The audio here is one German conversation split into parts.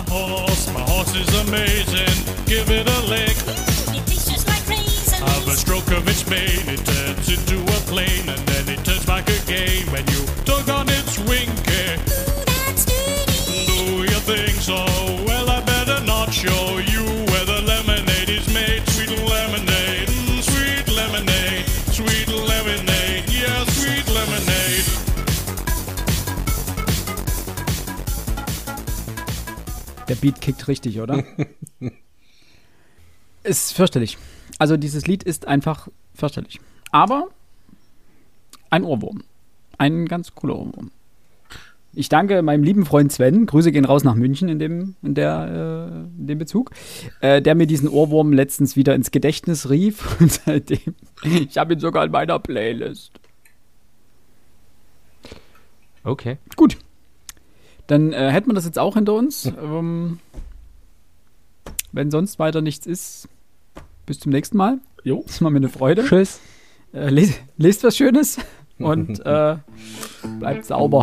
My horse is amazing. Give it a lick. It tastes just like raisins. Have a stroke of its mane. It turns into a plane, and then it turns back again when you tug on its winky. That's dirty. Do you think so? Well, I better not show you where the lemonade is made. Sweet lemonade, sweet lemonade, sweet lemonade, yeah, sweet lemonade. Der Beat kickt richtig, oder? Ist fürchterlich. Also dieses Lied ist einfach fürchterlich. Aber ein Ohrwurm. Ein ganz cooler Ohrwurm. Ich danke meinem lieben Freund Sven, Grüße gehen raus nach München in dem Bezug, der mir diesen Ohrwurm letztens wieder ins Gedächtnis rief. Und seitdem, ich habe ihn sogar in meiner Playlist. Okay. Gut. Dann hätten wir das jetzt auch hinter uns. Wenn sonst weiter nichts ist, bis zum nächsten Mal. Jo. Das war mir eine Freude. Tschüss. Lest was Schönes und bleibt sauber.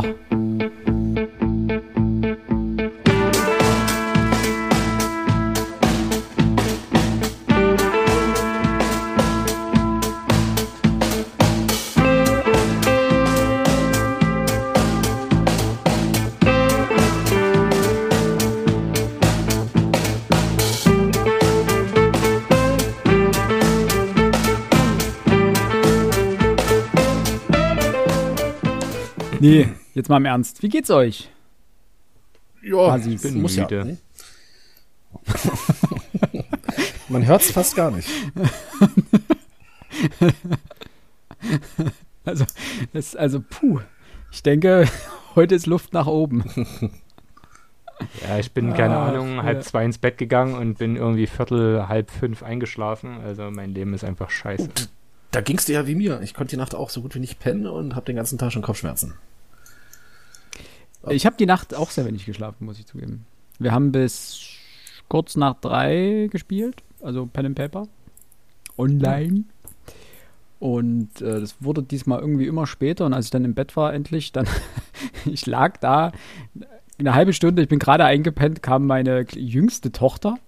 Nee, jetzt mal im Ernst. Wie geht's euch? Ja, ich bin müde. Ja. Man hört's fast gar nicht. Also, puh. Ich denke, heute ist Luft nach oben. Ja, ich bin, keine Ahnung, 1:30 ins Bett gegangen und bin irgendwie 4:45, 4:30 eingeschlafen. Also mein Leben ist einfach scheiße. Da ging's dir ja wie mir. Ich konnte die Nacht auch so gut wie nicht pennen und habe den ganzen Tag schon Kopfschmerzen. Ich habe die Nacht auch sehr wenig geschlafen, muss ich zugeben. Wir haben bis kurz nach 3 gespielt, also Pen and Paper, online. Und das wurde diesmal irgendwie immer später. Und als ich dann im Bett war endlich, dann, ich lag da eine halbe Stunde, ich bin gerade eingepennt, kam meine jüngste Tochter.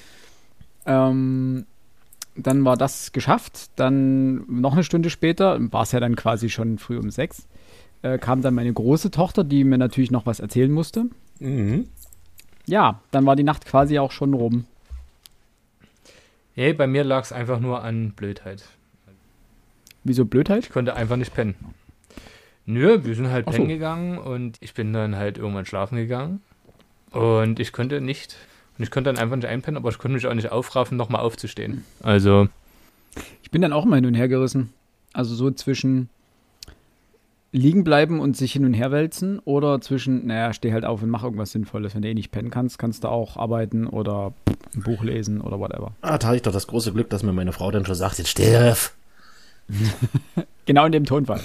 Dann war das geschafft. Dann noch eine Stunde später, war es ja dann quasi schon früh um 6, kam dann meine große Tochter, die mir natürlich noch was erzählen musste. Mhm. Ja, dann war die Nacht quasi auch schon rum. Hey, bei mir lag es einfach nur an Blödheit. Wieso Blödheit? Ich konnte einfach nicht pennen. Nö, wir sind halt Ach so. pennen gegangen und ich bin dann halt irgendwann schlafen gegangen. Und ich konnte dann einfach nicht einpennen, aber ich konnte mich auch nicht aufraffen, nochmal aufzustehen. Also. Ich bin dann auch mal hin und her gerissen. Also so zwischen liegen bleiben und sich hin und her wälzen oder zwischen, steh halt auf und mach irgendwas Sinnvolles. Wenn du eh nicht pennen kannst, kannst du auch arbeiten oder ein Buch lesen oder whatever. Da hatte ich doch das große Glück, dass mir meine Frau dann schon sagt, jetzt steh auf. Genau in dem Tonfall.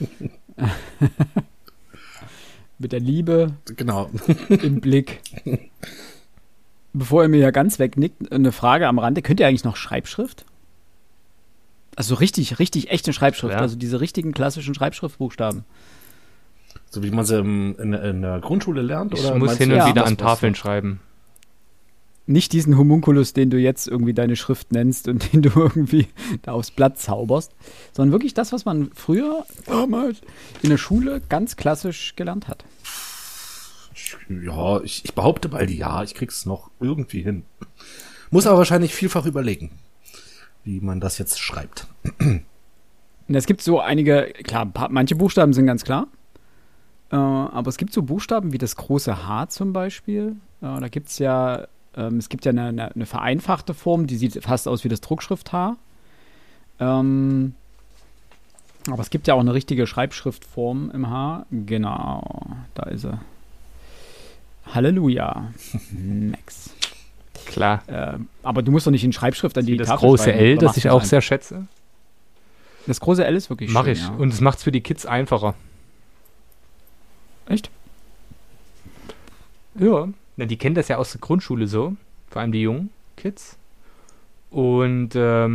Mit der Liebe Genau. im Blick. Bevor ihr mir ja ganz wegnickt, eine Frage am Rande. Könnt ihr eigentlich noch Schreibschrift? Also richtig echte Schreibschrift. Ja. Also diese richtigen klassischen Schreibschriftbuchstaben. So wie man sie in der Grundschule lernt? Ich Oder muss meinst hin du und ja, wieder das, an was- Tafeln schreiben. Nicht diesen Homunculus, den du jetzt irgendwie deine Schrift nennst und den du irgendwie da aufs Blatt zauberst, sondern wirklich das, was man früher damals in der Schule ganz klassisch gelernt hat. Ja, ich behaupte mal, ja, ich krieg's noch irgendwie hin. Muss aber wahrscheinlich vielfach überlegen, wie man das jetzt schreibt. Und es gibt so einige, klar, manche Buchstaben sind ganz klar, aber es gibt so Buchstaben wie das große H zum Beispiel. Da gibt's ja, es gibt ja eine vereinfachte Form, die sieht fast aus wie das Druckschrift-H. Aber es gibt ja auch eine richtige Schreibschriftform im H. Genau, da ist er. Halleluja. Max. Klar. Aber du musst doch nicht in Schreibschrift an die Wie das Tafel große schreiben. L, Oder das machst ich du's auch einfach? sehr schätze. Das große L ist wirklich Mache schön, ich. ja. Und es macht es für die Kids einfacher. Echt? Ja. Na, die kennen das ja aus der Grundschule so. Vor allem die jungen Kids. Und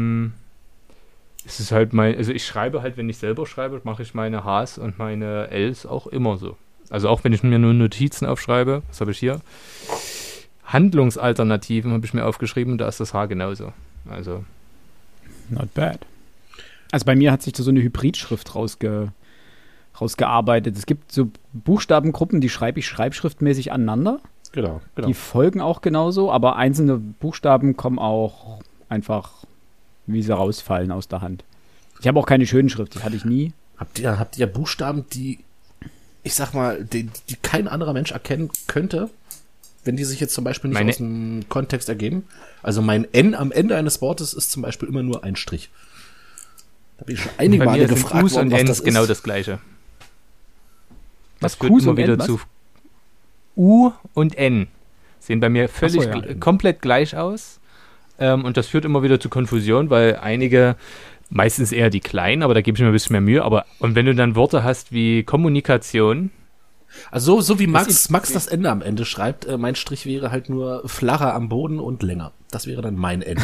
es ist halt also ich schreibe halt, wenn ich selber schreibe, mache ich meine Hs und meine Ls auch immer so. Also auch wenn ich mir nur Notizen aufschreibe, was habe ich hier? Handlungsalternativen habe ich mir aufgeschrieben und da ist das H genauso. Also Not bad. Also bei mir hat sich da so eine Hybridschrift rausgearbeitet. Es gibt so Buchstabengruppen, die schreibe ich schreibschriftmäßig aneinander. Genau. Die folgen auch genauso, aber einzelne Buchstaben kommen auch einfach, wie sie rausfallen aus der Hand. Ich habe auch keine schönen Schrift, die hatte ich nie. Habt ihr Buchstaben, die, ich sag mal, die kein anderer Mensch erkennen könnte, wenn die sich jetzt zum Beispiel nicht aus dem Kontext ergeben? Also mein N am Ende eines Wortes ist zum Beispiel immer nur ein Strich. Da bin ich schon einige bei Male mir sind gefragt U's worden, und was N's das ist. genau das Gleiche. Was, Das führt Q's immer und wieder N, was? zu U und N. Sehen bei mir völlig Ach so, ja. komplett gleich aus. Und das führt immer wieder zu Konfusion, weil einige, meistens eher die kleinen, aber da gebe ich mir ein bisschen mehr Mühe. Und wenn du dann Wörter hast wie Kommunikation, Also so wie Max das Ende am Ende schreibt, mein Strich wäre halt nur flacher am Boden und länger. Das wäre dann mein Ende.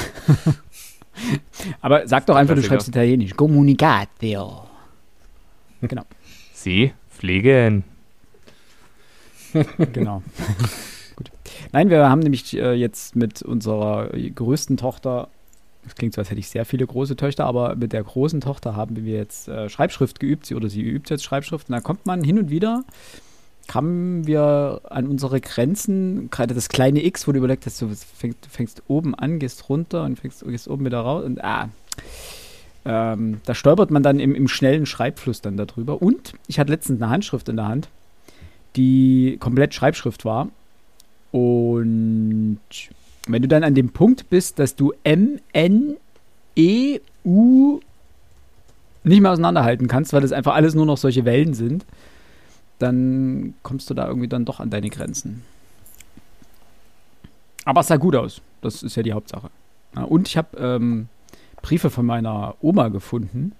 Aber sag doch einfach, du Klassiker. schreibst Italienisch. Comunicatio. Genau. sie fliegen. Genau. Gut. Nein, wir haben nämlich jetzt mit unserer größten Tochter, das klingt so, als hätte ich sehr viele große Töchter, aber mit der großen Tochter haben wir jetzt Schreibschrift geübt, sie übt jetzt Schreibschrift und da kommt man hin und wieder, kamen wir an unsere Grenzen, gerade das kleine X, wo du überlegt hast, du fängst oben an, gehst runter und gehst oben wieder raus und da stolpert man dann im schnellen Schreibfluss dann darüber. Und ich hatte letztens eine Handschrift in der Hand, die komplett Schreibschrift war. Und wenn du dann an dem Punkt bist, dass du M, N, E, U nicht mehr auseinanderhalten kannst, weil das einfach alles nur noch solche Wellen sind, dann kommst du da irgendwie dann doch an deine Grenzen. Aber es sah gut aus. Das ist ja die Hauptsache. Ja, und ich habe Briefe von meiner Oma gefunden,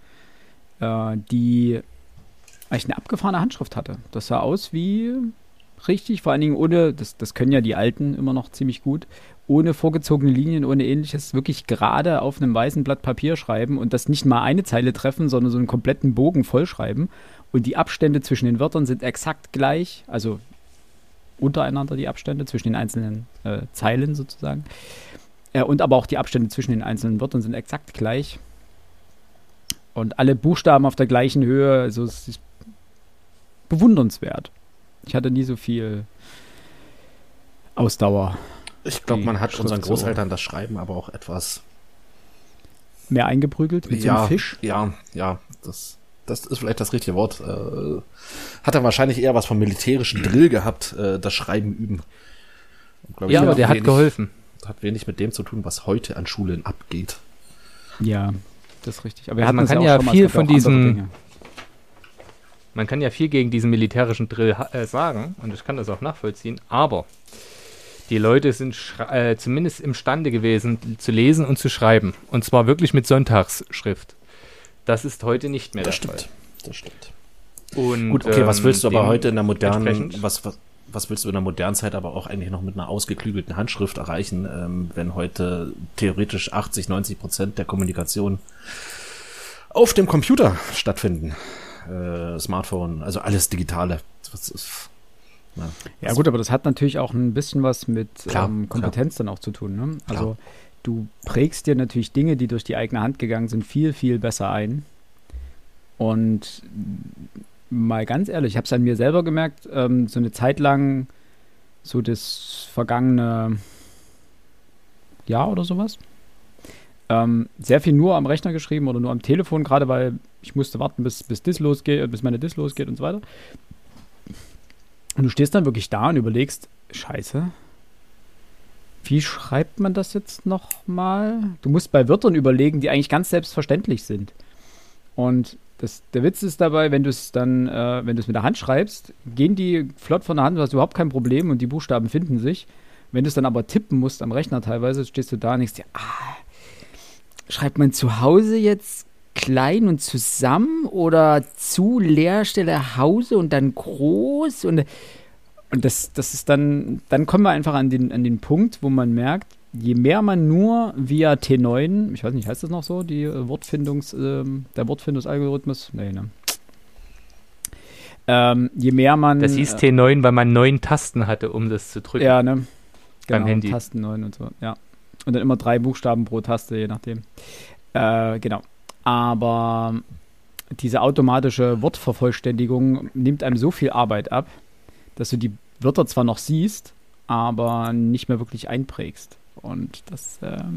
die eigentlich eine abgefahrene Handschrift hatte. Das sah aus wie richtig, vor allen Dingen ohne, das können ja die Alten immer noch ziemlich gut, ohne vorgezogene Linien, ohne ähnliches, wirklich gerade auf einem weißen Blatt Papier schreiben und das nicht mal eine Zeile treffen, sondern so einen kompletten Bogen vollschreiben. Und die Abstände zwischen den Wörtern sind exakt gleich, also untereinander die Abstände zwischen den einzelnen Zeilen sozusagen. Und aber auch die Abstände zwischen den einzelnen Wörtern sind exakt gleich. Und alle Buchstaben auf der gleichen Höhe, also es ist bewundernswert. Ich hatte nie so viel Ausdauer. Ich glaube, man hat Schrift unseren so. Großeltern das Schreiben aber auch etwas Mehr eingeprügelt mit so einem Fisch. Ja, das ist vielleicht das richtige Wort. Hat er wahrscheinlich eher was vom militärischen Drill gehabt, das Schreiben üben. Und, glaub ich, Ja, aber der hat wenig- geholfen. Hat wenig mit dem zu tun, was heute an Schulen abgeht. Ja, das ist richtig. Aber wir Also hatten man das kann auch ja schon mal, viel es gab von auch andere diesem- Dinge. Man kann ja viel gegen diesen militärischen Drill sagen und ich kann das auch nachvollziehen, aber die Leute sind zumindest imstande gewesen, zu lesen und zu schreiben. Und zwar wirklich mit Sonntagsschrift. Das ist heute nicht mehr Das der Fall. stimmt. Das stimmt. Und, Gut, okay, was willst du aber heute in der modernen, entsprechend- was willst du in der modernen Zeit aber auch eigentlich noch mit einer ausgeklügelten Handschrift erreichen, wenn heute theoretisch 80-90% der Kommunikation auf dem Computer stattfinden? Smartphone, also alles Digitale. Das ist, Ja gut, aber das hat natürlich auch ein bisschen was mit Klar, Kompetenz dann auch zu tun. Ne? Klar. Also du prägst dir natürlich Dinge, die durch die eigene Hand gegangen sind, viel, viel besser ein. Und mal ganz ehrlich, ich habe es an mir selber gemerkt, so eine Zeit lang, so das vergangene Jahr oder sowas, sehr viel nur am Rechner geschrieben oder nur am Telefon, gerade weil ich musste warten, bis Dis losgeht, bis meine Dis losgeht und so weiter. Und du stehst dann wirklich da und überlegst, Scheiße, wie schreibt man das jetzt nochmal? Du musst bei Wörtern überlegen, die eigentlich ganz selbstverständlich sind. Und der Witz ist dabei, wenn du es dann, wenn du es mit der Hand schreibst, gehen die flott von der Hand, du hast überhaupt kein Problem und die Buchstaben finden sich. Wenn du es dann aber tippen musst am Rechner teilweise, stehst du da und denkst dir, schreibt man zu Hause jetzt klein und zusammen oder zu Leerstelle Hause und dann groß und das ist dann kommen wir einfach an den Punkt, wo man merkt, je mehr man nur via T9, ich weiß nicht, heißt das noch so, die der Wortfindungsalgorithmus? Nee, ne? Je mehr man... Das hieß T9, weil man 9 Tasten hatte, um das zu drücken. Ja, ne? Genau, Handy. Tasten 9 und so, ja. Und dann immer 3 Buchstaben pro Taste, je nachdem. Genau. Aber diese automatische Wortvervollständigung nimmt einem so viel Arbeit ab, dass du die Wörter zwar noch siehst, aber nicht mehr wirklich einprägst. Und das,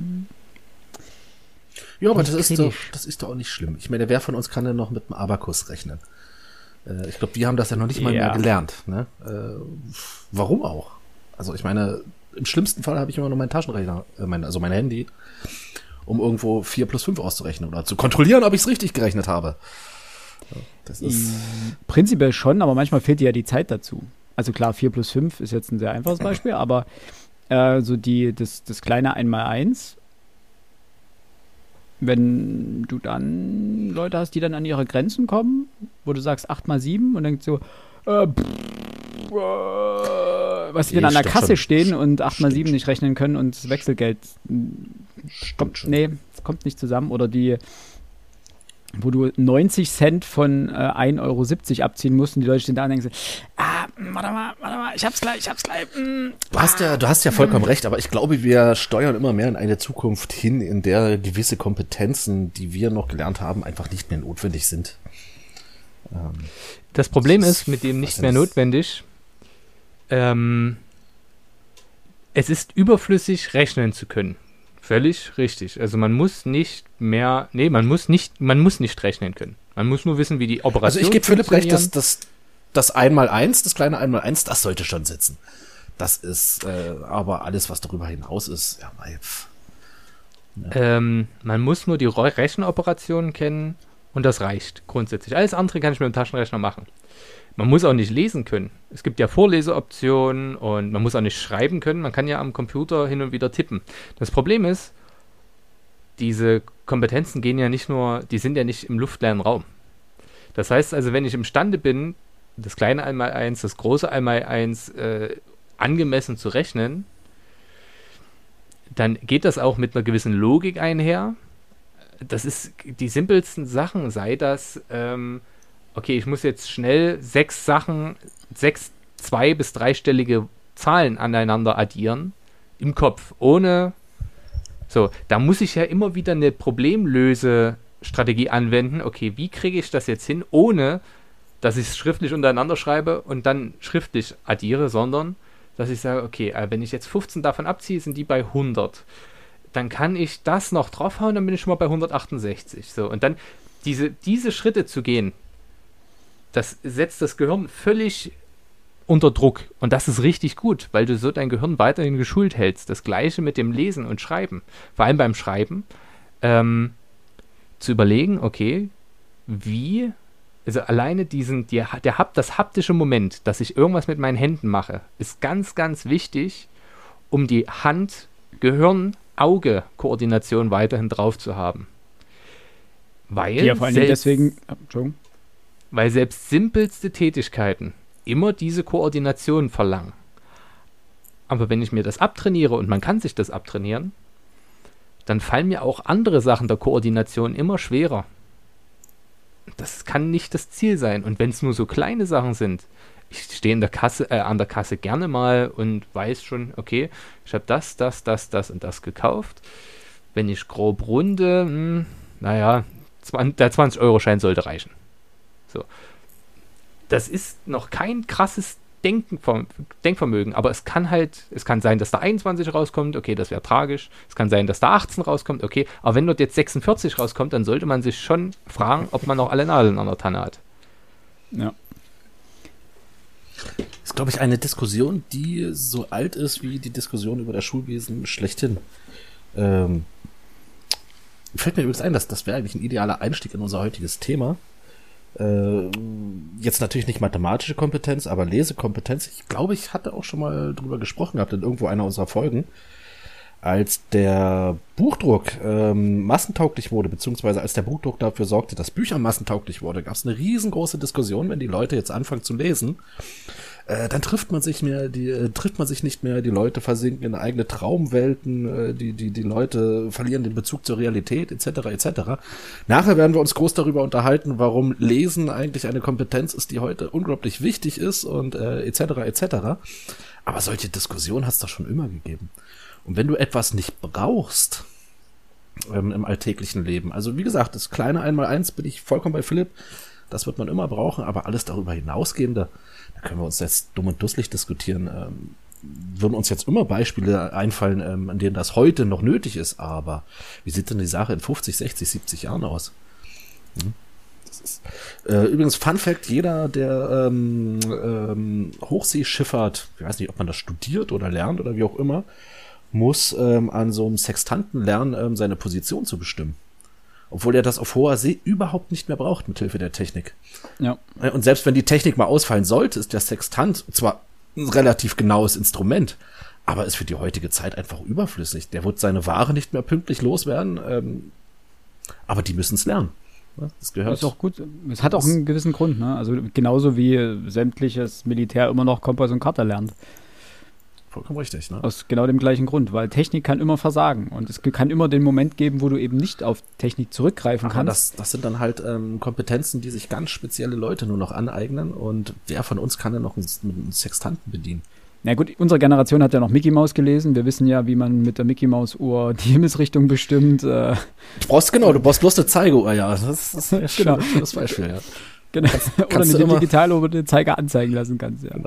Ja, aber Nicht das kritisch. ist doch auch nicht schlimm. Ich meine, wer von uns kann denn noch mit dem Abakus rechnen? Ich glaube, wir haben das ja noch nicht mal mehr gelernt. Ne? Warum auch? Also ich meine, im schlimmsten Fall habe ich immer noch meinen Taschenrechner, also mein Handy, um irgendwo 4 plus 5 auszurechnen oder zu kontrollieren, ob ich es richtig gerechnet habe. Ja, das ist prinzipiell schon, aber manchmal fehlt dir ja die Zeit dazu. Also klar, 4 plus 5 ist jetzt ein sehr einfaches Beispiel, aber so das kleine 1x1, wenn du dann Leute hast, die dann an ihre Grenzen kommen, wo du sagst 8x7 und dann so, was die dann an der stimmt Kasse schon. stehen und 8x7 Stimmt. nicht rechnen können und das Wechselgeld schon. es kommt nicht zusammen. Oder wo du 90 Cent von 1,70 Euro abziehen musst und die Leute stehen da und denken so, warte mal, ich hab's gleich. Du hast ja vollkommen recht, aber ich glaube, wir steuern immer mehr in eine Zukunft hin, in der gewisse Kompetenzen, die wir noch gelernt haben, einfach nicht mehr notwendig sind. Das Problem Das ist mit dem was nicht denn mehr das? notwendig, es ist überflüssig, rechnen zu können. Völlig richtig. Also man muss nicht rechnen können. Man muss nur wissen, wie die Operation Also ich gebe Philipp recht, funktionieren. dass das 1x1, das kleine 1x1, das sollte schon sitzen. Das ist aber alles, was darüber hinaus ist, ja, Man muss nur die Rechenoperationen kennen und das reicht grundsätzlich. Alles andere kann ich mit dem Taschenrechner machen. Man muss auch nicht lesen können. Es gibt ja Vorleseoptionen und man muss auch nicht schreiben können. Man kann ja am Computer hin und wieder tippen. Das Problem ist, diese Kompetenzen die sind ja nicht im luftleeren Raum. Das heißt also, wenn ich imstande bin, das kleine 1x1, das große 1x1 angemessen zu rechnen, dann geht das auch mit einer gewissen Logik einher. Das ist die simpelsten Sachen, sei das, okay, ich muss jetzt schnell 6 2- bis 3-stellige Zahlen aneinander addieren im Kopf, da muss ich ja immer wieder eine Problemlösestrategie anwenden. Okay, wie kriege ich das jetzt hin, ohne dass ich es schriftlich untereinander schreibe und dann schriftlich addiere, sondern dass ich sage, okay, wenn ich jetzt 15 davon abziehe, sind die bei 100. Dann kann ich das noch draufhauen, dann bin ich schon mal bei 168. So, und dann diese Schritte zu gehen, das setzt das Gehirn völlig unter Druck. Und das ist richtig gut, weil du so dein Gehirn weiterhin geschult hältst. Das Gleiche mit dem Lesen und Schreiben. Vor allem beim Schreiben. Zu überlegen, okay, also alleine das haptische Moment, dass ich irgendwas mit meinen Händen mache, ist ganz, ganz wichtig, um die Hand-Gehirn-Auge-Koordination weiterhin drauf zu haben. ja, vor allem deswegen, Entschuldigung. Weil selbst simpelste Tätigkeiten immer diese Koordination verlangen. Aber wenn ich mir das abtrainiere, und man kann sich das abtrainieren, dann fallen mir auch andere Sachen der Koordination immer schwerer. Das kann nicht das Ziel sein. Und wenn es nur so kleine Sachen sind, ich stehe an der Kasse gerne mal und weiß schon, okay, ich habe das und das gekauft. Wenn ich grob runde, der 20-Euro-Schein sollte reichen. So. Das ist noch kein krasses Denkvermögen, aber es kann sein, dass da 21 rauskommt, okay, das wäre tragisch. Es kann sein, dass da 18 rauskommt, okay, aber wenn dort jetzt 46 rauskommt, dann sollte man sich schon fragen, ob man noch alle Nadeln an der Tanne hat. Ja. Das ist, glaube ich, eine Diskussion, die so alt ist wie die Diskussion über das Schulwesen schlechthin. Fällt mir übrigens ein, das wäre eigentlich ein idealer Einstieg in unser heutiges Thema. Jetzt natürlich nicht mathematische Kompetenz, aber Lesekompetenz. Ich glaube, ich hatte auch schon mal drüber gesprochen gehabt in irgendwo einer unserer Folgen. Als der Buchdruck massentauglich wurde, beziehungsweise als der Buchdruck dafür sorgte, dass Bücher massentauglich wurde, gab es eine riesengroße Diskussion, wenn die Leute jetzt anfangen zu lesen, dann trifft man sich nicht mehr, die Leute versinken in eigene Traumwelten, die Leute verlieren den Bezug zur Realität, etc., etc. Nachher werden wir uns groß darüber unterhalten, warum Lesen eigentlich eine Kompetenz ist, die heute unglaublich wichtig ist und etc., etc. Aber solche Diskussionen hat es doch schon immer gegeben. Und wenn du etwas nicht brauchst im alltäglichen Leben, also wie gesagt, das kleine 1x1 bin ich vollkommen bei Philipp, das wird man immer brauchen, aber alles darüber hinausgehende, da können wir uns jetzt dumm und dusselig diskutieren, würden uns jetzt immer Beispiele einfallen, an denen das heute noch nötig ist, aber wie sieht denn die Sache in 50, 60, 70 Jahren aus? Das ist, übrigens, Fun Fact, jeder, der Hochseeschifffahrt, ich weiß nicht, ob man das studiert oder lernt oder wie auch immer, muss an so einem Sextanten lernen, seine Position zu bestimmen. Obwohl er das auf hoher See überhaupt nicht mehr braucht, mithilfe der Technik. Ja. Und selbst wenn die Technik mal ausfallen sollte, ist der Sextant zwar ein relativ genaues Instrument, aber ist für die heutige Zeit einfach überflüssig. Der wird seine Ware nicht mehr pünktlich loswerden, aber die müssen es lernen. Das gehört. Das ist auch gut. Es hat auch einen gewissen Grund, ne? Also genauso wie sämtliches Militär immer noch Kompass und Karte lernt. Vollkommen richtig, ne? Aus genau dem gleichen Grund, weil Technik kann immer versagen und es kann immer den Moment geben, wo du eben nicht auf Technik zurückgreifen Aber kannst. das sind dann halt Kompetenzen, die sich ganz spezielle Leute nur noch aneignen und wer von uns kann denn noch einen Sextanten bedienen? Na gut, unsere Generation hat ja noch Mickey Mouse gelesen. Wir wissen ja, wie man mit der Mickey Maus Uhr die Himmelsrichtung bestimmt. Du brauchst bloß eine Zeigeuhr, ja. Das ist ein Genau. schönes Beispiel, ja. Genau. Oder kannst eine du immer- Digitaluhr, wo du den Zeiger anzeigen lassen kannst. Ja.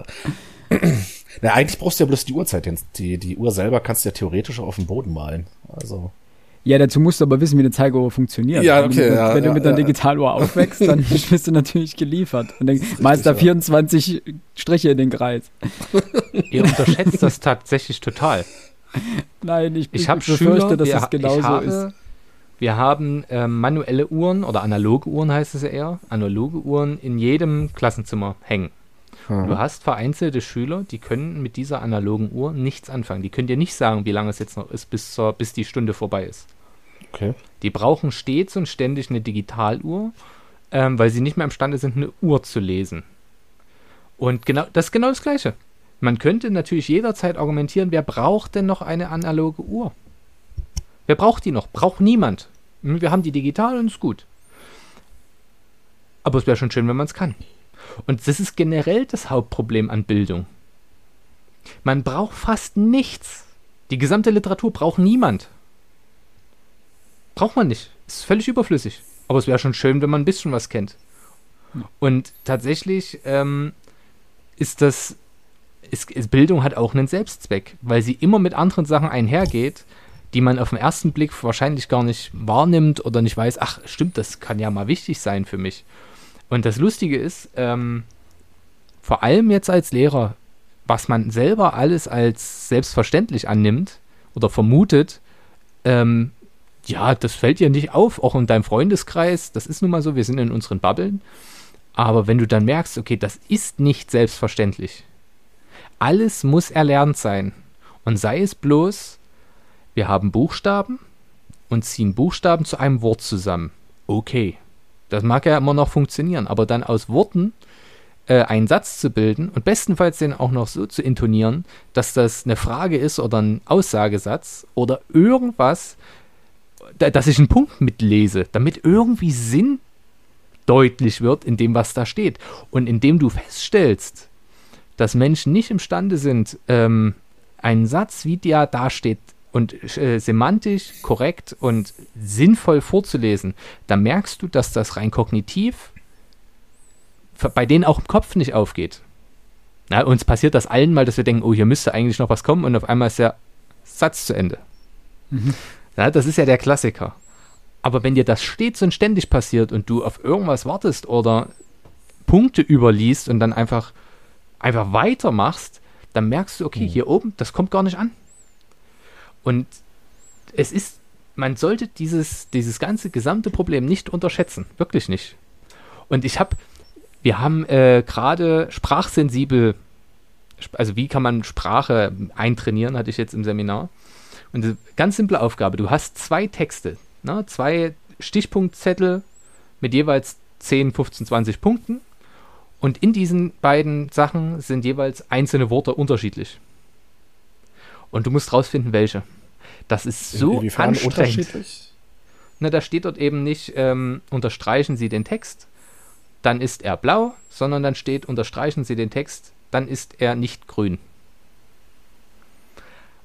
Na, eigentlich brauchst du ja bloß die Uhrzeit. Die Uhr selber kannst du ja theoretisch auch auf dem Boden malen. Also. Ja, dazu musst du aber wissen, wie eine Zeiguhr funktioniert. Ja, Wenn okay, du, ja, wenn du ja, mit einer ja. Digitaluhr aufwächst, dann bist du natürlich geliefert. Und dann malst da ja. 24 Striche in den Kreis. Ihr unterschätzt das tatsächlich total. Nein, ich habe befürchte, Schüler, dass es genauso ist. Wir haben manuelle Uhren oder analoge Uhren heißt es ja eher, analoge Uhren in jedem Klassenzimmer hängen. Und du hast vereinzelte Schüler, die können mit dieser analogen Uhr nichts anfangen. Die können dir nicht sagen, wie lange es jetzt noch ist, bis die Stunde vorbei ist. Okay. Die brauchen stets und ständig eine Digitaluhr, weil sie nicht mehr imstande sind, eine Uhr zu lesen. Und das ist genau das Gleiche. Man könnte natürlich jederzeit argumentieren, wer braucht denn noch eine analoge Uhr? Wer braucht die noch? Braucht niemand. Wir haben die digital und ist gut. Aber es wäre schon schön, wenn man es kann. Und das ist generell das Hauptproblem an Bildung. Man braucht fast nichts. Die gesamte Literatur braucht niemand. Braucht man nicht. Ist völlig überflüssig. Aber es wäre schon schön, wenn man ein bisschen was kennt. Und tatsächlich Bildung hat auch einen Selbstzweck, weil sie immer mit anderen Sachen einhergeht, die man auf den ersten Blick wahrscheinlich gar nicht wahrnimmt oder nicht weiß, ach stimmt, das kann ja mal wichtig sein für mich. Und das Lustige ist, vor allem jetzt als Lehrer, was man selber alles als selbstverständlich annimmt oder vermutet, ja, das fällt dir nicht auf, auch in deinem Freundeskreis, das ist nun mal so, wir sind in unseren Bubblen. Aber wenn du dann merkst, okay, das ist nicht selbstverständlich. Alles muss erlernt sein. Und sei es bloß, wir haben Buchstaben und ziehen Buchstaben zu einem Wort zusammen. Okay, das mag ja immer noch funktionieren, aber dann aus Worten einen Satz zu bilden und bestenfalls den auch noch so zu intonieren, dass das eine Frage ist oder ein Aussagesatz oder irgendwas, dass ich einen Punkt mitlese, damit irgendwie Sinn deutlich wird in dem, was da steht. Und indem du feststellst, dass Menschen nicht imstande sind, einen Satz, wie der da steht, und semantisch korrekt und sinnvoll vorzulesen, dann merkst du, dass das rein kognitiv bei denen auch im Kopf nicht aufgeht. Na, uns passiert das allen mal, dass wir denken, oh, hier müsste eigentlich noch was kommen und auf einmal ist der Satz zu Ende. Mhm. Ja, das ist ja der Klassiker. Aber wenn dir das stets und ständig passiert und du auf irgendwas wartest oder Punkte überliest und dann einfach weitermachst, dann merkst du, okay, hier oben, das kommt gar nicht an. Und man sollte dieses ganze gesamte Problem nicht unterschätzen. Wirklich nicht. Und wir haben gerade sprachsensibel, also wie kann man Sprache eintrainieren, hatte ich jetzt im Seminar. Und eine ganz simple Aufgabe. Du hast 2 Texte, 2 Stichpunktzettel mit jeweils 10, 15, 20 Punkten. Und in diesen beiden Sachen sind jeweils einzelne Worte unterschiedlich. Und du musst rausfinden, welche. Das ist so Inwiefern anstrengend. unterschiedlich? Da steht dort eben nicht, unterstreichen Sie den Text, dann ist er blau, sondern dann steht, unterstreichen Sie den Text, dann ist er nicht grün.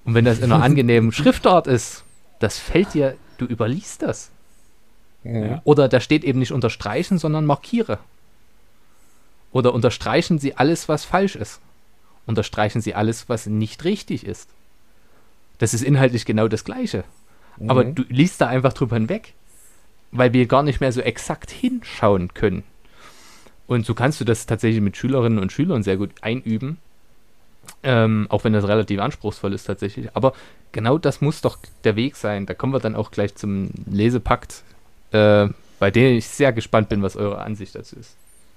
Und wenn das in einer angenehmen Schriftart ist, das fällt dir, du überliest das. Ja. Oder da steht eben nicht unterstreichen, sondern markiere. Oder unterstreichen Sie alles, was falsch ist. Unterstreichen Sie alles, was nicht richtig ist. Das ist inhaltlich genau das Gleiche. Aber du liest da einfach drüber hinweg, weil wir gar nicht mehr so exakt hinschauen können. Und so kannst du das tatsächlich mit Schülerinnen und Schülern sehr gut einüben, auch wenn das relativ anspruchsvoll ist tatsächlich. Aber genau das muss doch der Weg sein. Da kommen wir dann auch gleich zum Lesepakt, bei dem ich sehr gespannt bin, was eure Ansicht dazu ist.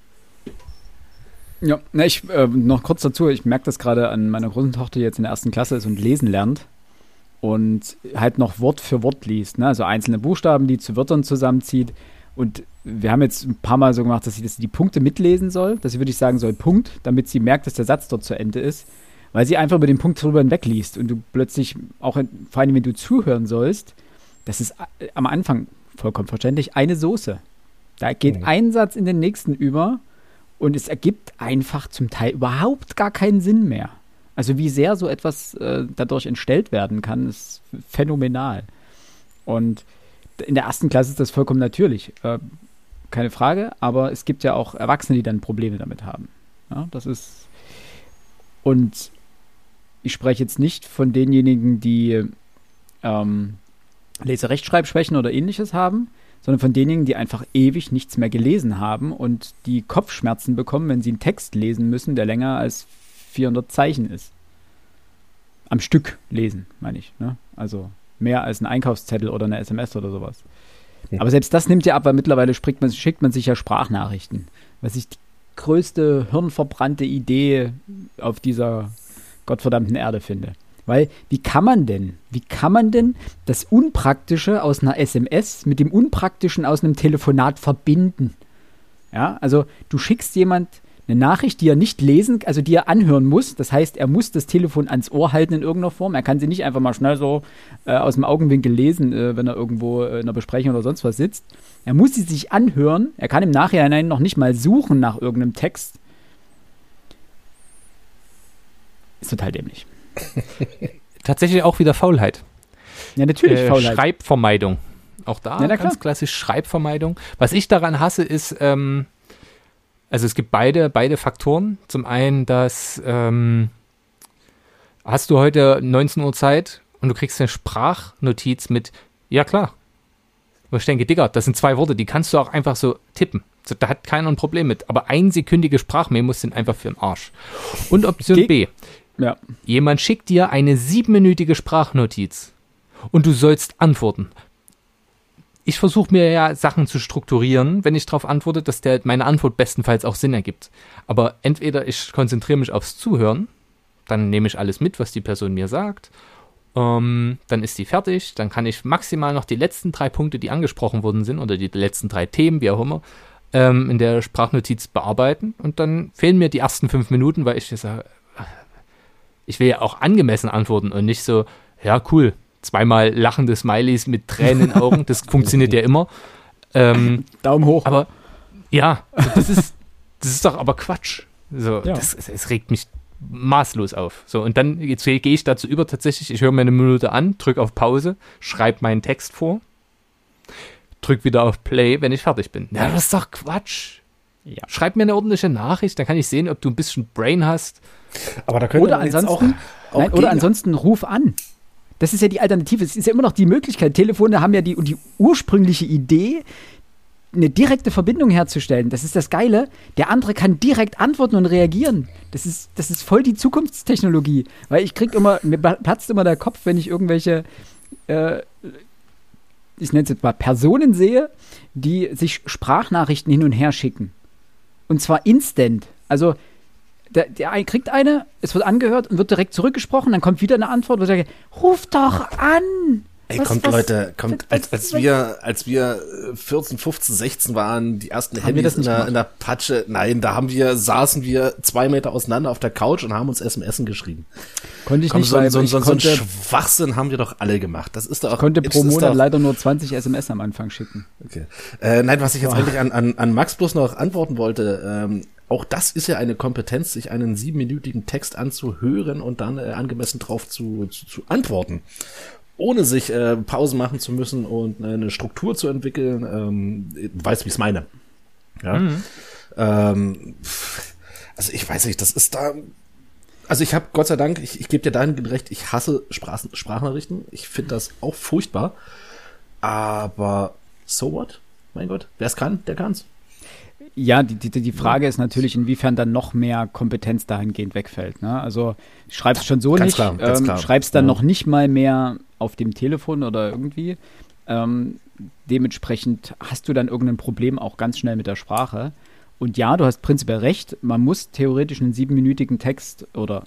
Ja, ich noch kurz dazu, ich merke das gerade an meiner großen Tochter, die jetzt in der 1. Klasse ist und lesen lernt und halt noch Wort für Wort liest, ne? Also einzelne Buchstaben, die zu Wörtern zusammenzieht. Und wir haben jetzt ein paar Mal so gemacht, dass sie die Punkte mitlesen soll, dass sie wirklich sagen soll, Punkt, damit sie merkt, dass der Satz dort zu Ende ist, weil sie einfach über den Punkt drüber hinweg liest und du plötzlich, auch vor allem wenn du zuhören sollst, das ist am Anfang vollkommen verständlich, eine Soße. Da geht ein Satz in den nächsten über und es ergibt einfach zum Teil überhaupt gar keinen Sinn mehr. Also wie sehr so etwas dadurch entstellt werden kann, ist phänomenal. Und in der 1. Klasse ist das vollkommen natürlich. Keine Frage, aber es gibt ja auch Erwachsene, die dann Probleme damit haben. Ja, das ist. Und ich spreche jetzt nicht von denjenigen, die Leserechtschreibschwächen oder ähnliches haben, sondern von denjenigen, die einfach ewig nichts mehr gelesen haben und die Kopfschmerzen bekommen, wenn sie einen Text lesen müssen, der länger als 400 Zeichen ist. Am Stück lesen, meine ich. Ne? Also mehr als ein Einkaufszettel oder eine SMS oder sowas. Ja. Aber selbst das nimmt ja ab, weil mittlerweile schickt man sich ja Sprachnachrichten. Was ich die größte hirnverbrannte Idee auf dieser gottverdammten Erde finde. Weil, wie kann man denn das Unpraktische aus einer SMS mit dem Unpraktischen aus einem Telefonat verbinden? Ja, also du schickst jemand eine Nachricht, die er nicht lesen, also die er anhören muss. Das heißt, er muss das Telefon ans Ohr halten in irgendeiner Form. Er kann sie nicht einfach mal schnell so aus dem Augenwinkel lesen, wenn er irgendwo in einer Besprechung oder sonst was sitzt. Er muss sie sich anhören. Er kann im Nachhinein noch nicht mal suchen nach irgendeinem Text. Ist total dämlich. Tatsächlich auch wieder Faulheit. Ja, natürlich Faulheit. Schreibvermeidung. Auch da Ja, ganz klassisch Schreibvermeidung. Was ich daran hasse, ist, also es gibt beide Faktoren. Zum einen, dass hast du heute 19 Uhr Zeit und du kriegst eine Sprachnotiz mit, ja klar. Und ich denke, Digga, das sind 2 Worte, die kannst du auch einfach so tippen. Da hat keiner ein Problem mit. Aber einsekündige Sprachmemos sind einfach für den Arsch. Und Option B. Ja. Jemand schickt dir eine 7-minütige Sprachnotiz und du sollst antworten. Ich versuche mir ja Sachen zu strukturieren, wenn ich darauf antworte, dass meine Antwort bestenfalls auch Sinn ergibt. Aber entweder ich konzentriere mich aufs Zuhören, dann nehme ich alles mit, was die Person mir sagt, dann ist die fertig, dann kann ich maximal noch die letzten 3 Punkte, die angesprochen worden sind, oder die letzten 3 Themen, wie auch immer, in der Sprachnotiz bearbeiten und dann fehlen mir die ersten 5 Minuten, weil ich sage, ich will ja auch angemessen antworten und nicht so, ja cool, 2-mal lachende Smileys mit Tränen in den Augen, das funktioniert ja immer. Daumen hoch. Aber ja, das ist doch aber Quatsch. So, Ja. Es regt mich maßlos auf. So, und dann gehe ich dazu über tatsächlich, ich höre mir eine Minute an, drücke auf Pause, schreibe meinen Text vor, drücke wieder auf Play, wenn ich fertig bin. Ja, das ist doch Quatsch. Ja. Schreib mir eine ordentliche Nachricht, dann kann ich sehen, ob du ein bisschen Brain hast. Aber da könnte Oder man jetzt ansonsten, oder ansonsten ruf an. Das ist ja die Alternative. Es ist ja immer noch die Möglichkeit. Telefone haben ja die ursprüngliche Idee, eine direkte Verbindung herzustellen. Das ist das Geile. Der andere kann direkt antworten und reagieren. Das ist voll die Zukunftstechnologie. Weil mir platzt immer der Kopf, wenn ich irgendwelche, ich nenne es jetzt mal Personen sehe, die sich Sprachnachrichten hin und her schicken. Und zwar instant. Also der kriegt eine, es wird angehört und wird direkt zurückgesprochen, dann kommt wieder eine Antwort, wo ich sage, ruf doch an! Ey, Leute, als wir 14, 15, 16 waren, die ersten Haben wir das Handys nicht in der Patsche, nein, saßen wir 2 Meter auseinander auf der Couch und haben uns SMS geschrieben. Konnte ich Komm, nicht, so weil einen ich konnte Schwachsinn haben wir doch alle gemacht. Das ist doch, pro Monat leider nur 20 SMS am Anfang schicken. Okay. Nein, was ich jetzt eigentlich an Max bloß noch antworten wollte, auch das ist ja eine Kompetenz, sich einen 7-minütigen Text anzuhören und dann angemessen drauf zu antworten. Ohne sich Pausen machen zu müssen und eine Struktur zu entwickeln. Du weißt, wie ich es meine. Ja? Also ich weiß nicht, das ist da... Also ich habe, Gott sei Dank, ich gebe dir dahingehend recht, ich hasse Sprachnachrichten. Ich finde das auch furchtbar. Aber so what? Mein Gott, wer es kann, der kann's. Ja, die Frage ist natürlich, inwiefern dann noch mehr Kompetenz dahingehend wegfällt. Ne? Also schreibst schon so Ganz nicht, klar, ganz klar. schreibst dann noch nicht mal mehr auf dem Telefon oder irgendwie. Dementsprechend hast du dann irgendein Problem auch ganz schnell mit der Sprache. Und ja, du hast prinzipiell recht, man muss theoretisch einen 7-minütigen Text oder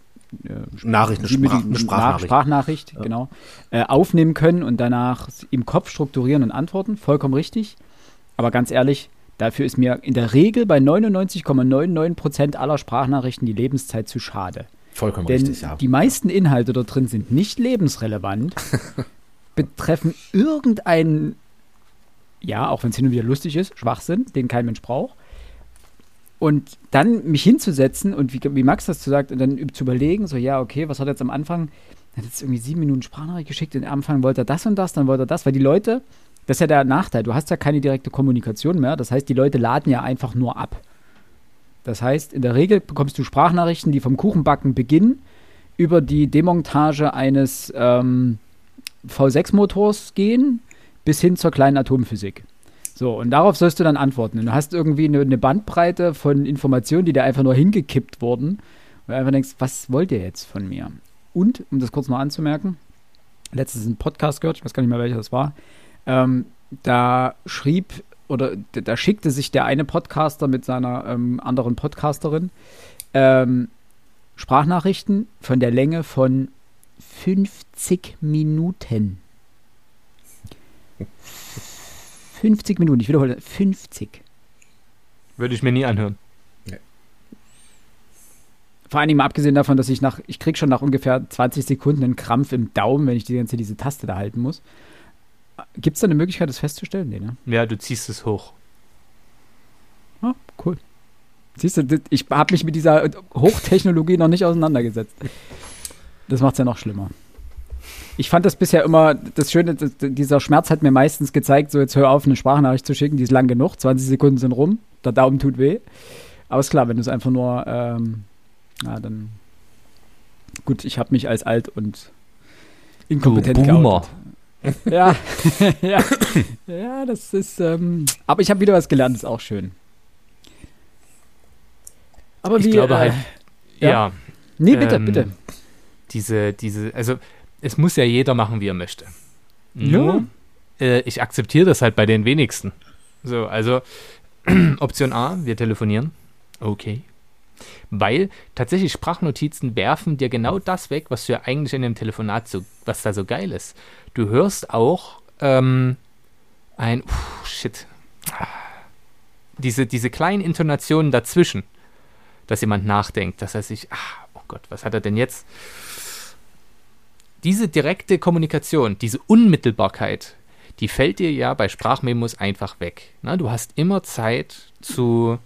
Sprachnachricht, genau, aufnehmen können und danach im Kopf strukturieren und antworten. Vollkommen richtig. Aber ganz ehrlich, dafür ist mir in der Regel bei 99,99% aller Sprachnachrichten die Lebenszeit zu schade. Vollkommen Denn richtig, ja. die meisten Inhalte da drin sind nicht lebensrelevant, betreffen irgendeinen, ja, auch wenn es hin und wieder lustig ist, Schwachsinn, den kein Mensch braucht. Und dann mich hinzusetzen und wie Max das sagt, und dann zu überlegen, so, ja, okay, was hat er jetzt am Anfang? Er hat jetzt irgendwie 7 Minuten Sprachnachricht geschickt, und am Anfang wollte er das und das, dann wollte er das, weil die Leute, das ist ja der Nachteil, du hast ja keine direkte Kommunikation mehr, das heißt, die Leute laden ja einfach nur ab. Das heißt, in der Regel bekommst du Sprachnachrichten, die vom Kuchenbacken beginnen, über die Demontage eines V6-Motors gehen, bis hin zur kleinen Atomphysik. So, und darauf sollst du dann antworten. Und du hast irgendwie eine Bandbreite von Informationen, die dir einfach nur hingekippt wurden. Und du einfach denkst, was wollt ihr jetzt von mir? Und, um das kurz noch anzumerken, letztens einen Podcast gehört, ich weiß gar nicht mehr, welcher das war, da schickte sich der eine Podcaster mit seiner anderen Podcasterin Sprachnachrichten von der Länge von 50 Minuten. 50 Minuten, ich wiederhole, 50. Würde ich mir nie anhören. Nee. Vor allen Dingen mal abgesehen davon, dass ich krieg schon nach ungefähr 20 Sekunden einen Krampf im Daumen, wenn ich diese Taste da halten muss. Gibt es da eine Möglichkeit, das festzustellen? Nee, ne? Ja, du ziehst es hoch. Ah, cool. Siehst du, ich habe mich mit dieser Hochtechnologie noch nicht auseinandergesetzt. Das macht es ja noch schlimmer. Ich fand das bisher immer das Schöne, dieser Schmerz hat mir meistens gezeigt, so jetzt hör auf, eine Sprachnachricht zu schicken, die ist lang genug, 20 Sekunden sind rum, der Daumen tut weh. Aber ist klar, wenn du es einfach nur, dann, gut, ich habe mich als alt und inkompetent geoutet. Ja, ja, das ist, aber ich habe wieder was gelernt, ist auch schön. Aber ich glaube halt, ja. Nee, bitte. Also es muss ja jeder machen, wie er möchte. Nur, ich akzeptiere das halt bei den wenigsten. So, also Option A, wir telefonieren. Okay. Weil tatsächlich Sprachnotizen werfen dir genau das weg, was du ja eigentlich in dem Telefonat was da so geil ist. Du hörst auch diese kleinen Intonationen dazwischen, dass jemand nachdenkt, dass er sich, oh Gott, was hat er denn jetzt? Diese direkte Kommunikation, diese Unmittelbarkeit, die fällt dir ja bei Sprachmemos einfach weg. Na, du hast immer Zeit zu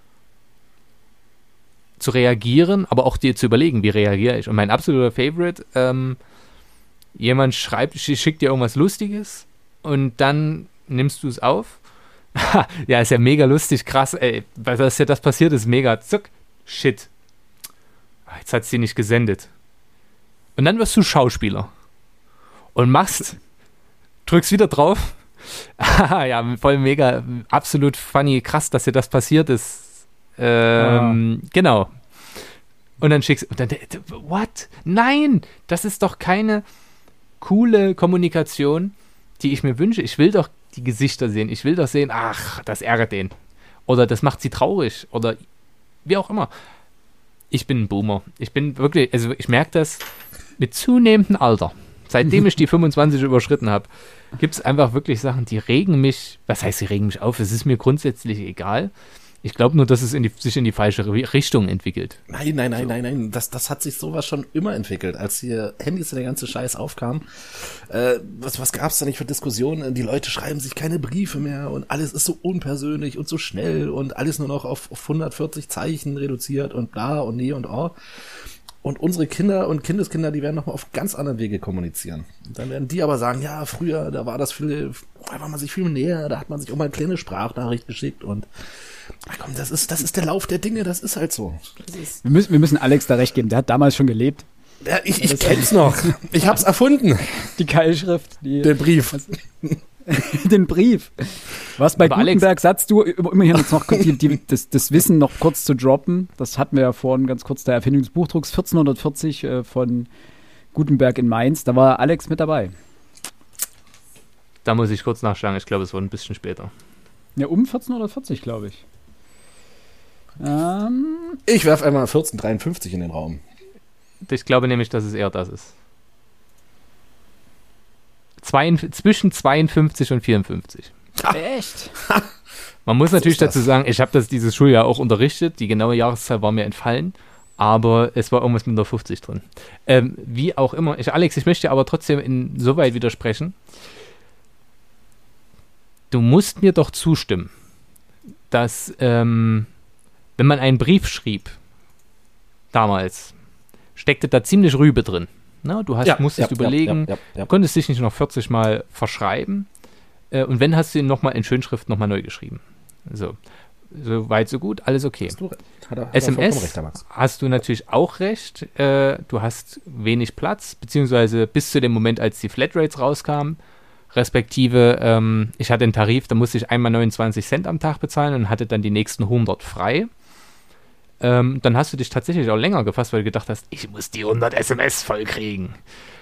reagieren, aber auch dir zu überlegen, wie reagiere ich. Und mein absoluter Favorite, jemand schickt dir irgendwas Lustiges und dann nimmst du es auf. Ja, ist ja mega lustig, krass, ey, was ja das passiert ist, mega, zuck, shit. Jetzt hat sie nicht gesendet. Und dann wirst du Schauspieler und drückst wieder drauf. Ja, voll mega, absolut funny, krass, dass dir das passiert ist. Genau. Und dann schickst du, what? Nein, das ist doch keine coole Kommunikation, die ich mir wünsche. Ich will doch die Gesichter sehen. Ich will doch sehen, ach, das ärgert den. Oder das macht sie traurig. Oder wie auch immer. Ich bin ein Boomer. Ich bin wirklich, also ich merke das mit zunehmendem Alter. Seitdem ich die 25 überschritten habe, gibt es einfach wirklich Sachen, die regen mich, was heißt, sie regen mich auf? Es ist mir grundsätzlich egal. Ich glaube nur, dass es sich in die falsche Richtung entwickelt. Nein. Das hat sich sowas schon immer entwickelt. Als hier Handys und der ganze Scheiß aufkam, was gab's da nicht für Diskussionen? Die Leute schreiben sich keine Briefe mehr und alles ist so unpersönlich und so schnell und alles nur noch auf 140 Zeichen reduziert und bla und nee und oh. Und unsere Kinder und Kindeskinder, die werden nochmal auf ganz anderen Wege kommunizieren. Und dann werden die aber sagen, ja, früher, da war man sich viel näher, da hat man sich auch mal eine kleine Sprachnachricht geschickt und ach komm, das ist der Lauf der Dinge, das ist halt so. Wir müssen Alex da recht geben, der hat damals schon gelebt. Ja, ich kenn's noch. Ich hab's erfunden. Die Keilschrift. Den Brief. Den Brief. Was bei Aber Gutenberg sagst du, immerhin jetzt noch das Wissen noch kurz zu droppen. Das hatten wir ja vorhin ganz kurz, der Erfindung des Buchdrucks 1440 von Gutenberg in Mainz. Da war Alex mit dabei. Da muss ich kurz nachschlagen. Ich glaube, es war ein bisschen später. Ja, um 1440, glaube ich. Ich werfe einmal 1453 in den Raum. Ich glaube nämlich, dass es eher das ist. Zwischen 52 und 54. Echt? Man muss natürlich ist das? dazu sagen, ich habe dieses Schuljahr auch unterrichtet. Die genaue Jahreszahl war mir entfallen. Aber es war irgendwas mit der 50 drin. Wie auch immer. Alex, ich möchte aber trotzdem insoweit widersprechen. Du musst mir doch zustimmen, dass wenn man einen Brief schrieb, damals, steckte da ziemlich Rübe drin. Na, du musstest überlegen, du konntest dich nicht noch 40 Mal verschreiben und wenn, hast du ihn nochmal in Schönschrift nochmal neu geschrieben. So weit, so gut, alles okay. SMS hast du natürlich auch recht, du hast wenig Platz, beziehungsweise bis zu dem Moment, als die Flatrates rauskamen, respektive, ich hatte einen Tarif, da musste ich einmal 29 Cent am Tag bezahlen und hatte dann die nächsten 100 frei. Dann hast du dich tatsächlich auch länger gefasst, weil du gedacht hast, ich muss die 100 SMS vollkriegen.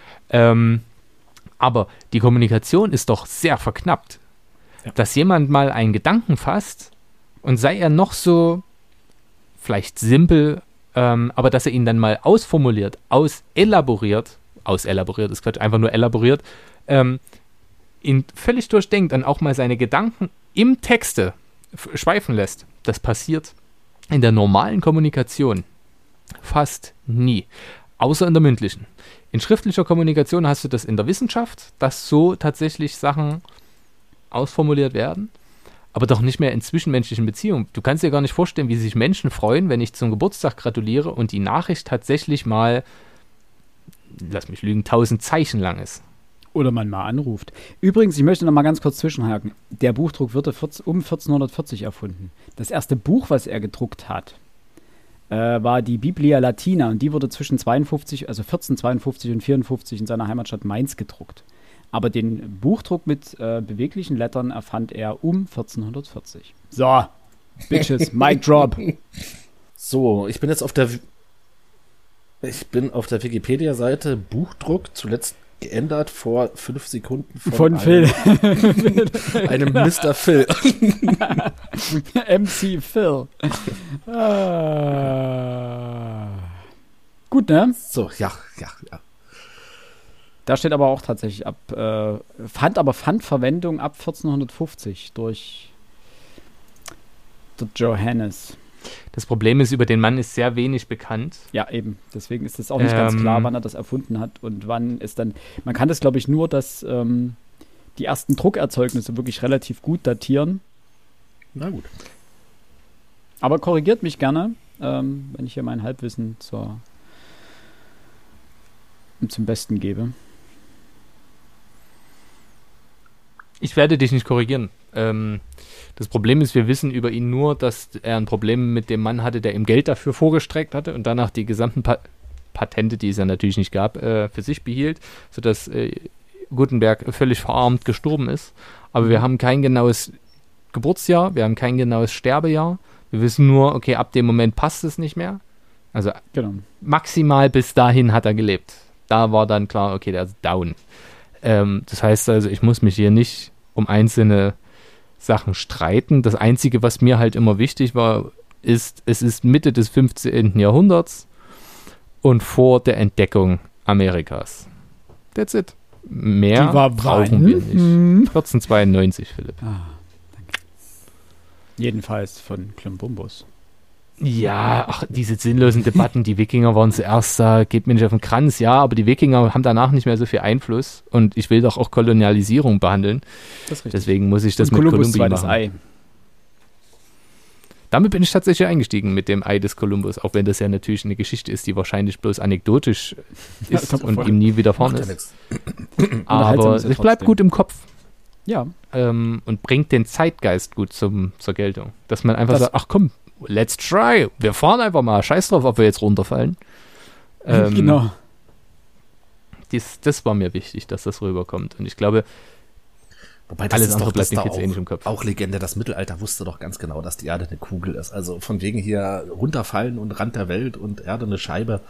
Aber die Kommunikation ist doch sehr verknappt. Ja. Dass jemand mal einen Gedanken fasst und sei er noch so vielleicht simpel, aber dass er ihn dann mal ausformuliert, auselaboriert ist Quatsch, einfach nur elaboriert, ihn völlig durchdenkt und auch mal seine Gedanken im Texte schweifen lässt. Das passiert in der normalen Kommunikation fast nie, außer in der mündlichen. In schriftlicher Kommunikation hast du das in der Wissenschaft, dass so tatsächlich Sachen ausformuliert werden, aber doch nicht mehr in zwischenmenschlichen Beziehungen. Du kannst dir gar nicht vorstellen, wie sich Menschen freuen, wenn ich zum Geburtstag gratuliere und die Nachricht tatsächlich mal, lass mich lügen, 1000 Zeichen lang ist. Oder man mal anruft. Übrigens, ich möchte noch mal ganz kurz zwischenhaken. Der Buchdruck wurde um 1440 erfunden. Das erste Buch, was er gedruckt hat, war die Biblia Latina und die wurde zwischen 1452 und 54 in seiner Heimatstadt Mainz gedruckt. Aber den Buchdruck mit beweglichen Lettern erfand er um 1440. So, Bitches, Mic Drop. So, ich bin jetzt auf der Wikipedia-Seite Buchdruck, zuletzt geändert vor 5 Sekunden von Phil. Einem Mr. Phil. MC Phil. Gut, ne? So, ja. Da steht aber auch tatsächlich fand Verwendung ab 1450 durch Johannes. Das Problem ist, über den Mann ist sehr wenig bekannt. Ja, eben. Deswegen ist es auch nicht ganz klar, wann er das erfunden hat und wann es dann. Man kann das, glaube ich, nur, dass die ersten Druckerzeugnisse wirklich relativ gut datieren. Na gut. Aber korrigiert mich gerne, wenn ich hier mein Halbwissen zum Besten gebe. Ich werde dich nicht korrigieren. Das Problem ist, wir wissen über ihn nur, dass er ein Problem mit dem Mann hatte, der ihm Geld dafür vorgestreckt hatte und danach die gesamten Patente, die es ja natürlich nicht gab, für sich behielt, sodass Gutenberg völlig verarmt gestorben ist. Aber wir haben kein genaues Geburtsjahr, wir haben kein genaues Sterbejahr. Wir wissen nur, okay, ab dem Moment passt es nicht mehr. Also maximal bis dahin hat er gelebt. Da war dann klar, okay, der ist down. Das heißt also, ich muss mich hier nicht um einzelne Sachen streiten. Das Einzige, was mir halt immer wichtig war, ist, es ist Mitte des 15. Jahrhunderts und vor der Entdeckung Amerikas. That's it. Mehr brauchen wir nicht. 1492, Philipp. Danke. Jedenfalls von Klumbumbus. Ja, ach, diese sinnlosen Debatten, die Wikinger waren zuerst da, geht mir nicht auf den Kranz, ja, aber die Wikinger haben danach nicht mehr so viel Einfluss und ich will doch auch Kolonialisierung behandeln. Das ist richtig. Deswegen muss ich das Und mit Kolumbus Kolumbien zweites machen. Ei. Damit bin ich tatsächlich eingestiegen mit dem Ei des Kolumbus, auch wenn das ja natürlich eine Geschichte ist, die wahrscheinlich bloß anekdotisch ist ist aber und voll. ihm nie widerfahren Macht ja ist. nichts. Aber Unterhaltsam ist er es bleibt trotzdem. gut im Kopf. Ja, Und bringt den Zeitgeist gut zur Geltung. Dass man einfach Das- sagt, ach komm, let's try. Wir fahren einfach mal. Scheiß drauf, ob wir jetzt runterfallen. genau. Das war mir wichtig, dass das rüberkommt. Und ich glaube, Wobei alles andere das bleibt mir da jetzt eh nicht im Kopf. auch Legende. Das Mittelalter wusste doch ganz genau, dass die Erde eine Kugel ist. Also von wegen hier runterfallen und Rand der Welt und Erde eine Scheibe.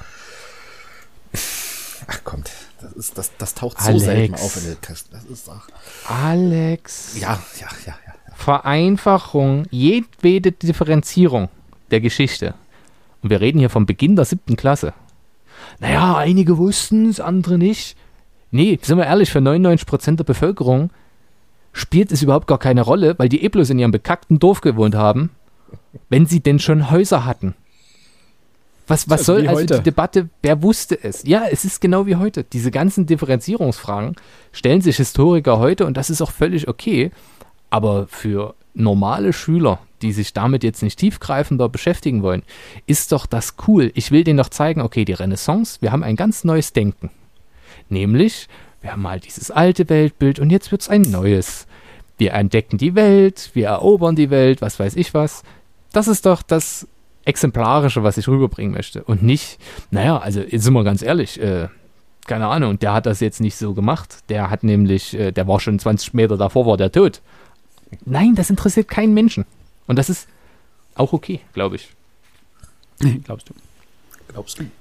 Ach kommt, das taucht so Alex. selten auf in den Kästen. Das ist doch. Alex, Ja. Vereinfachung, jedwede Differenzierung der Geschichte. Und wir reden hier vom Beginn der 7. Klasse. Naja, einige wussten es, andere nicht. Nee, sind wir ehrlich, für 99% der Bevölkerung spielt es überhaupt gar keine Rolle, weil die bloß in ihrem bekackten Dorf gewohnt haben, wenn sie denn schon Häuser hatten. Was Also soll wie also heute. die Debatte, wer wusste es? Ja, es ist genau wie heute. Diese ganzen Differenzierungsfragen stellen sich Historiker heute und das ist auch völlig okay. Aber für normale Schüler, die sich damit jetzt nicht tiefgreifender beschäftigen wollen, ist doch das cool. Ich will denen doch zeigen, okay, die Renaissance, wir haben ein ganz neues Denken. Nämlich, wir haben mal dieses alte Weltbild und jetzt wird es ein neues. Wir entdecken die Welt, wir erobern die Welt, was weiß ich was. Das ist doch das Exemplarische, was ich rüberbringen möchte. Und nicht, naja, also jetzt sind wir ganz ehrlich, keine Ahnung, der hat das jetzt nicht so gemacht. Der hat nämlich, der war schon 20 Meter davor, war der tot. Nein, das interessiert keinen Menschen. Und das ist auch okay, glaube ich. Glaubst du? Glaubst du?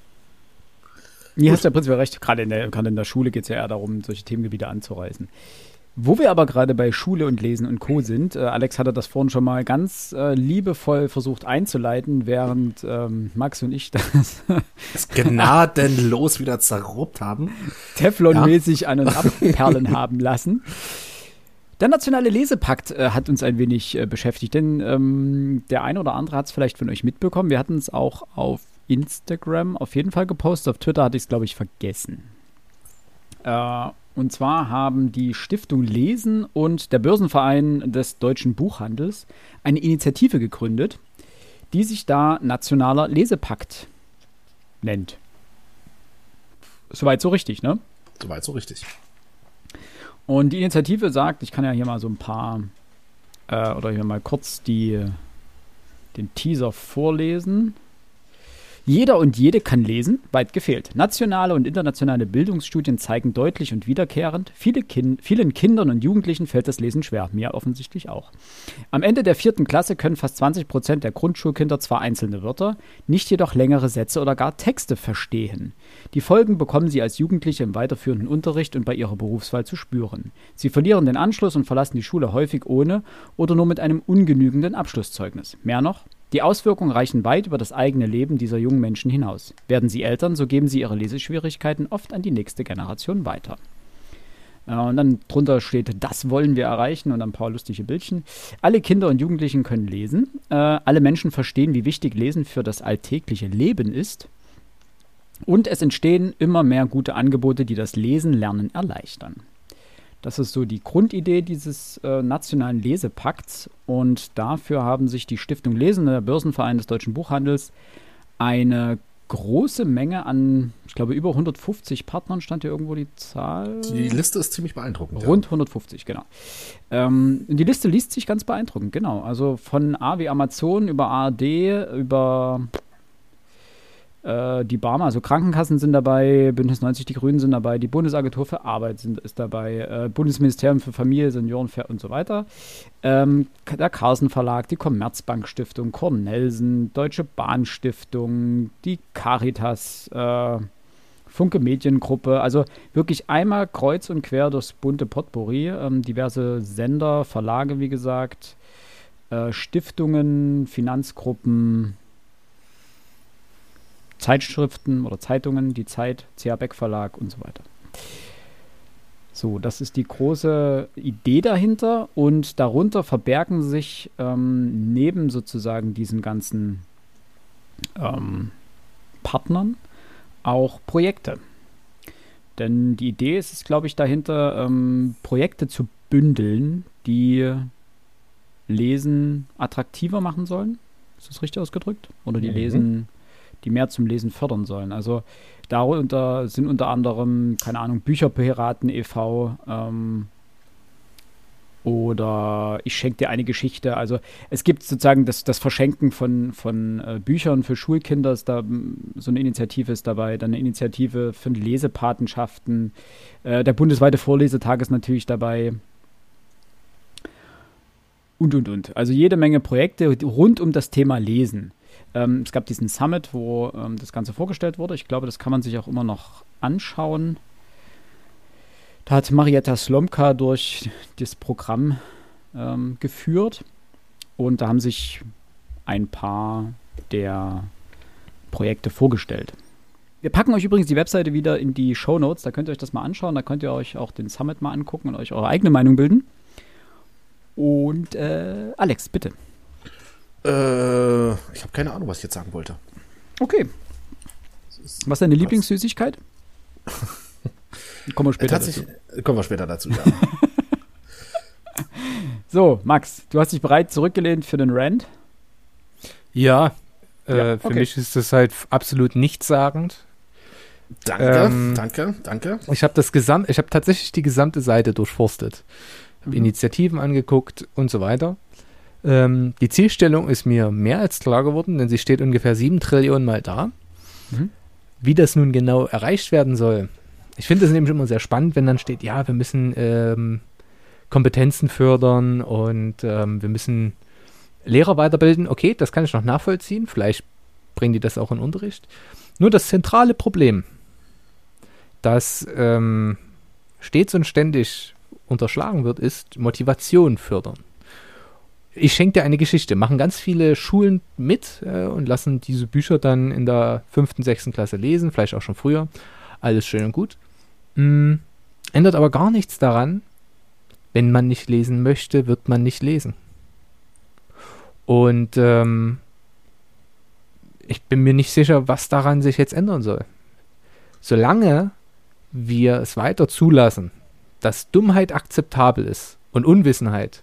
Nee, hast du ja prinzipiell recht. Gerade in der Schule geht es ja eher darum, solche Themengebiete anzureißen. Wo wir aber gerade bei Schule und Lesen und Co. sind, Alex hatte das vorhin schon mal ganz liebevoll versucht einzuleiten, während Max und ich das Gnadenlos wieder zerruppt haben. Teflonmäßig an uns abperlen haben lassen. Der Nationale Lesepakt hat uns ein wenig beschäftigt, denn der eine oder andere hat es vielleicht von euch mitbekommen. Wir hatten es auch auf Instagram auf jeden Fall gepostet. Auf Twitter hatte ich es, glaube ich, vergessen. Und zwar haben die Stiftung Lesen und der Börsenverein des Deutschen Buchhandels eine Initiative gegründet, die sich da Nationaler Lesepakt nennt. Soweit so richtig, ne? Soweit so richtig. Und die Initiative sagt, ich kann ja hier mal so ein paar, oder hier mal kurz den Teaser vorlesen. Jeder und jede kann lesen, weit gefehlt. Nationale und internationale Bildungsstudien zeigen deutlich und wiederkehrend, vielen Kindern und Jugendlichen fällt das Lesen schwer, mir offensichtlich auch. Am Ende der 4. Klasse können fast 20% der Grundschulkinder zwar einzelne Wörter, nicht jedoch längere Sätze oder gar Texte verstehen. Die Folgen bekommen sie als Jugendliche im weiterführenden Unterricht und bei ihrer Berufswahl zu spüren. Sie verlieren den Anschluss und verlassen die Schule häufig ohne oder nur mit einem ungenügenden Abschlusszeugnis. Mehr noch, die Auswirkungen reichen weit über das eigene Leben dieser jungen Menschen hinaus. Werden sie Eltern, so geben sie ihre Leseschwierigkeiten oft an die nächste Generation weiter. Und dann drunter steht, das wollen wir erreichen und ein paar lustige Bildchen. Alle Kinder und Jugendlichen können lesen. Alle Menschen verstehen, wie wichtig Lesen für das alltägliche Leben ist. Und es entstehen immer mehr gute Angebote, die das Lesen-Lernen erleichtern. Das ist so die Grundidee dieses nationalen Lesepakts. Und dafür haben sich die Stiftung Lesen, der Börsenverein des Deutschen Buchhandels, eine große Menge an, ich glaube, über 150 Partnern, stand hier irgendwo die Zahl? Die Liste ist ziemlich beeindruckend. Rund 150, genau. Die Liste liest sich ganz beeindruckend, genau. Also von A wie Amazon über ARD, über die Barmer, also Krankenkassen sind dabei, Bündnis 90 Die Grünen sind dabei, die Bundesagentur für Arbeit ist dabei, Bundesministerium für Familie, Senioren und so weiter, der Carlsen Verlag, die Commerzbank Stiftung, Cornelsen, Deutsche Bahn Stiftung, die Caritas, Funke Mediengruppe, also wirklich einmal kreuz und quer durchs bunte Potpourri, diverse Sender, Verlage, wie gesagt, Stiftungen, Finanzgruppen, Zeitschriften oder Zeitungen, die Zeit, C.A. Beck Verlag und so weiter. So, das ist die große Idee dahinter und darunter verbergen sich neben sozusagen diesen ganzen Partnern auch Projekte. Denn die Idee ist es, glaube ich, dahinter, Projekte zu bündeln, die Lesen attraktiver machen sollen. Ist das richtig ausgedrückt? Oder die die mehr zum Lesen fördern sollen. Also darunter sind unter anderem, keine Ahnung, Bücherpiraten e.V. Oder ich schenke dir eine Geschichte. Also es gibt sozusagen das Verschenken von Büchern für Schulkinder, ist da so eine Initiative ist dabei, dann eine Initiative für Lesepatenschaften. Der bundesweite Vorlesetag ist natürlich dabei. Und. Also jede Menge Projekte rund um das Thema Lesen. Es gab diesen Summit, wo das Ganze vorgestellt wurde. Ich glaube, das kann man sich auch immer noch anschauen. Da hat Marietta Slomka durch das Programm geführt. Und da haben sich ein paar der Projekte vorgestellt. Wir packen euch übrigens die Webseite wieder in die Shownotes. Da könnt ihr euch das mal anschauen. Da könnt ihr euch auch den Summit mal angucken und euch eure eigene Meinung bilden. Und Alex, bitte. Ich habe keine Ahnung, was ich jetzt sagen wollte. Okay. Was ist deine Lieblingssüßigkeit? Kommen wir später dazu. Kommen wir später dazu, ja. So, Max, du hast dich bereit zurückgelehnt für den Rant? Ja, Ja, für okay. mich ist das halt absolut nichtssagend. Danke. Ich habe tatsächlich die gesamte Seite durchforstet. Habe Initiativen angeguckt und so weiter. Die Zielstellung ist mir mehr als klar geworden, denn sie steht ungefähr 7 Trillionen Mal da. Mhm. Wie das nun genau erreicht werden soll. Ich finde es nämlich immer sehr spannend, wenn dann steht, ja, wir müssen Kompetenzen fördern und wir müssen Lehrer weiterbilden. Okay, das kann ich noch nachvollziehen. Vielleicht bringen die das auch in Unterricht. Nur das zentrale Problem, das stets und ständig unterschlagen wird, ist Motivation fördern. Ich schenke dir eine Geschichte. Machen ganz viele Schulen mit und lassen diese Bücher dann in der 5., 6. Klasse lesen, vielleicht auch schon früher. Alles schön und gut. Ändert aber gar nichts daran, wenn man nicht lesen möchte, wird man nicht lesen. Und ich bin mir nicht sicher, was daran sich jetzt ändern soll. Solange wir es weiter zulassen, dass Dummheit akzeptabel ist und Unwissenheit,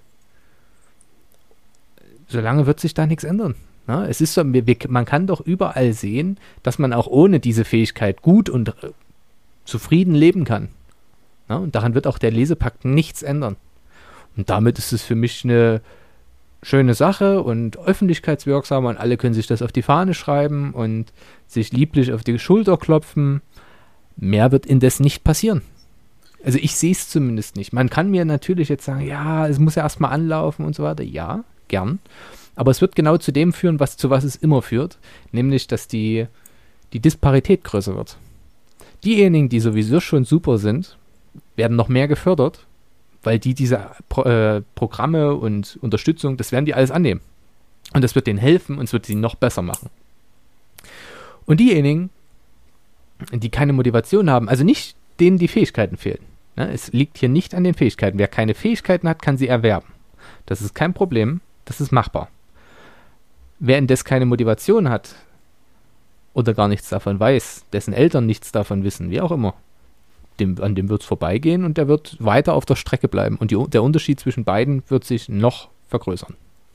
solange wird sich da nichts ändern. Na, es ist so, man kann doch überall sehen, dass man auch ohne diese Fähigkeit gut und zufrieden leben kann. Na, und daran wird auch der Lesepakt nichts ändern. Und damit ist es für mich eine schöne Sache und öffentlichkeitswirksam und alle können sich das auf die Fahne schreiben und sich lieblich auf die Schulter klopfen. Mehr wird indes nicht passieren. Also ich sehe es zumindest nicht. Man kann mir natürlich jetzt sagen, ja, es muss ja erstmal anlaufen und so weiter. Ja, gern. Aber es wird genau zu dem führen, zu was es immer führt, nämlich, dass die Disparität größer wird. Diejenigen, die sowieso schon super sind, werden noch mehr gefördert, weil diese Programme und Unterstützung, das werden die alles annehmen. Und das wird denen helfen und es wird sie noch besser machen. Und diejenigen, die keine Motivation haben, also nicht denen die Fähigkeiten fehlen. Ne? Es liegt hier nicht an den Fähigkeiten. Wer keine Fähigkeiten hat, kann sie erwerben. Das ist kein Problem, das ist machbar. Wer indes keine Motivation hat oder gar nichts davon weiß, dessen Eltern nichts davon wissen, wie auch immer, an dem wird es vorbeigehen und der wird weiter auf der Strecke bleiben. Und der Unterschied zwischen beiden wird sich noch vergrößern.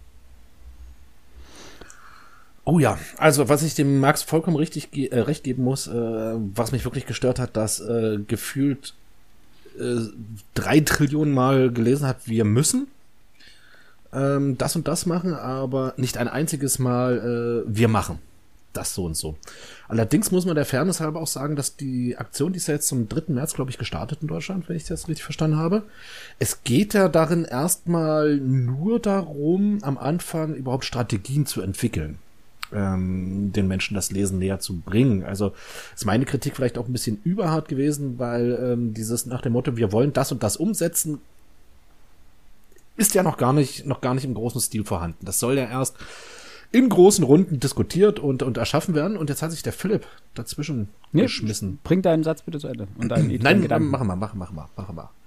Oh ja, also was ich dem Max vollkommen recht geben muss, was mich wirklich gestört hat, dass gefühlt 3 Trillionen Mal gelesen hat, wir müssen das und das machen, aber nicht ein einziges Mal wir machen das so und so. Allerdings muss man der Fairness halber auch sagen, dass die Aktion, die ist ja jetzt zum 3. März, glaube ich, gestartet in Deutschland, wenn ich das richtig verstanden habe. Es geht ja darin erstmal nur darum, am Anfang überhaupt Strategien zu entwickeln, den Menschen das Lesen näher zu bringen. Also ist meine Kritik vielleicht auch ein bisschen überhart gewesen, weil dieses nach dem Motto, wir wollen das und das umsetzen, ist ja noch gar nicht im großen Stil vorhanden. Das soll ja erst in großen Runden diskutiert und erschaffen werden. Und jetzt hat sich der Philipp dazwischen geschmissen. Bring deinen Satz bitte zu Ende. Und deinen Nein, Gedanken. machen wir.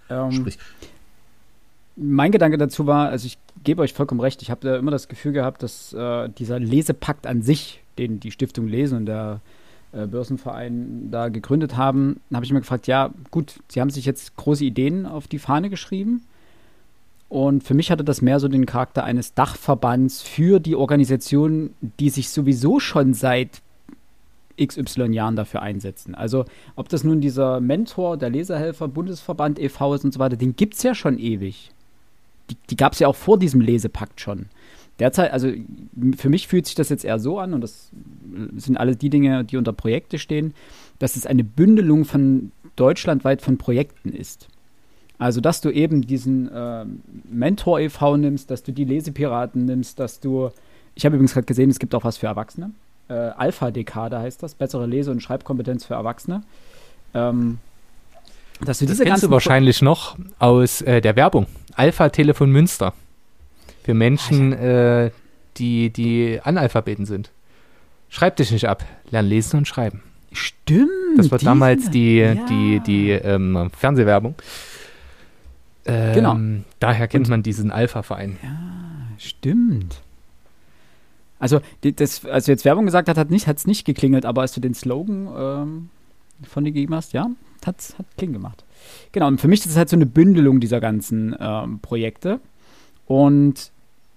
Sprich, Mein Gedanke dazu war, also ich gebe euch vollkommen recht, ich habe da immer das Gefühl gehabt, dass dieser Lesepakt an sich, den die Stiftung Lesen und der Börsenverein da gegründet haben, habe ich mir gefragt, ja gut, sie haben sich jetzt große Ideen auf die Fahne geschrieben und für mich hatte das mehr so den Charakter eines Dachverbands für die Organisation, die sich sowieso schon seit XY Jahren dafür einsetzen. Also ob das nun dieser Mentor, der Leserhelfer, Bundesverband e.V. ist und so weiter, den gibt es ja schon ewig. Die gab es ja auch vor diesem Lesepakt schon. Derzeit, also für mich fühlt sich das jetzt eher so an, und das sind alle die Dinge, die unter Projekte stehen, dass es eine Bündelung von deutschlandweit von Projekten ist. Also, dass du eben diesen Mentor e.V. nimmst, dass du die Lesepiraten nimmst, dass du, ich habe übrigens gerade gesehen, es gibt auch was für Erwachsene. Alpha-Dekade heißt das, bessere Lese- und Schreibkompetenz für Erwachsene. Dass du Das diese kennst du wahrscheinlich noch aus der Werbung. Alpha Telefon Münster. Für Menschen, die Analphabeten sind. Schreib dich nicht ab. Lern lesen und schreiben. Stimmt. Das war damals diese- die ja. Fernsehwerbung. Genau. Daher kennt man diesen Alpha-Verein. Stimmt. Also, als du jetzt Werbung gesagt hat es nicht geklingelt, aber als du den Slogan von dir gegeben hast, ja, hat Kling gemacht. Genau, und für mich ist es halt so eine Bündelung dieser ganzen Projekte. Und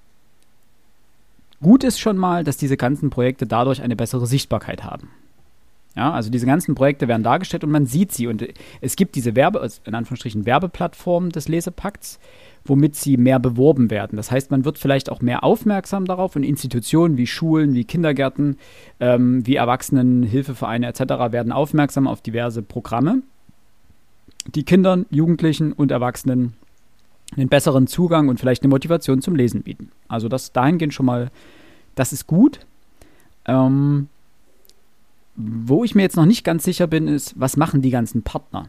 gut ist schon mal, dass diese ganzen Projekte dadurch eine bessere Sichtbarkeit haben. Ja, also diese ganzen Projekte werden dargestellt und man sieht sie. Und es gibt diese in Anführungsstrichen Werbeplattform des Lesepakts, womit sie mehr beworben werden. Das heißt, man wird vielleicht auch mehr aufmerksam darauf und Institutionen wie Schulen, wie Kindergärten, wie Erwachsenenhilfevereine etc. werden aufmerksam auf diverse Programme, die Kindern, Jugendlichen und Erwachsenen einen besseren Zugang und vielleicht eine Motivation zum Lesen bieten. Also das dahingehend schon mal, das ist gut. Wo ich mir jetzt noch nicht ganz sicher bin, ist, was machen die ganzen Partner?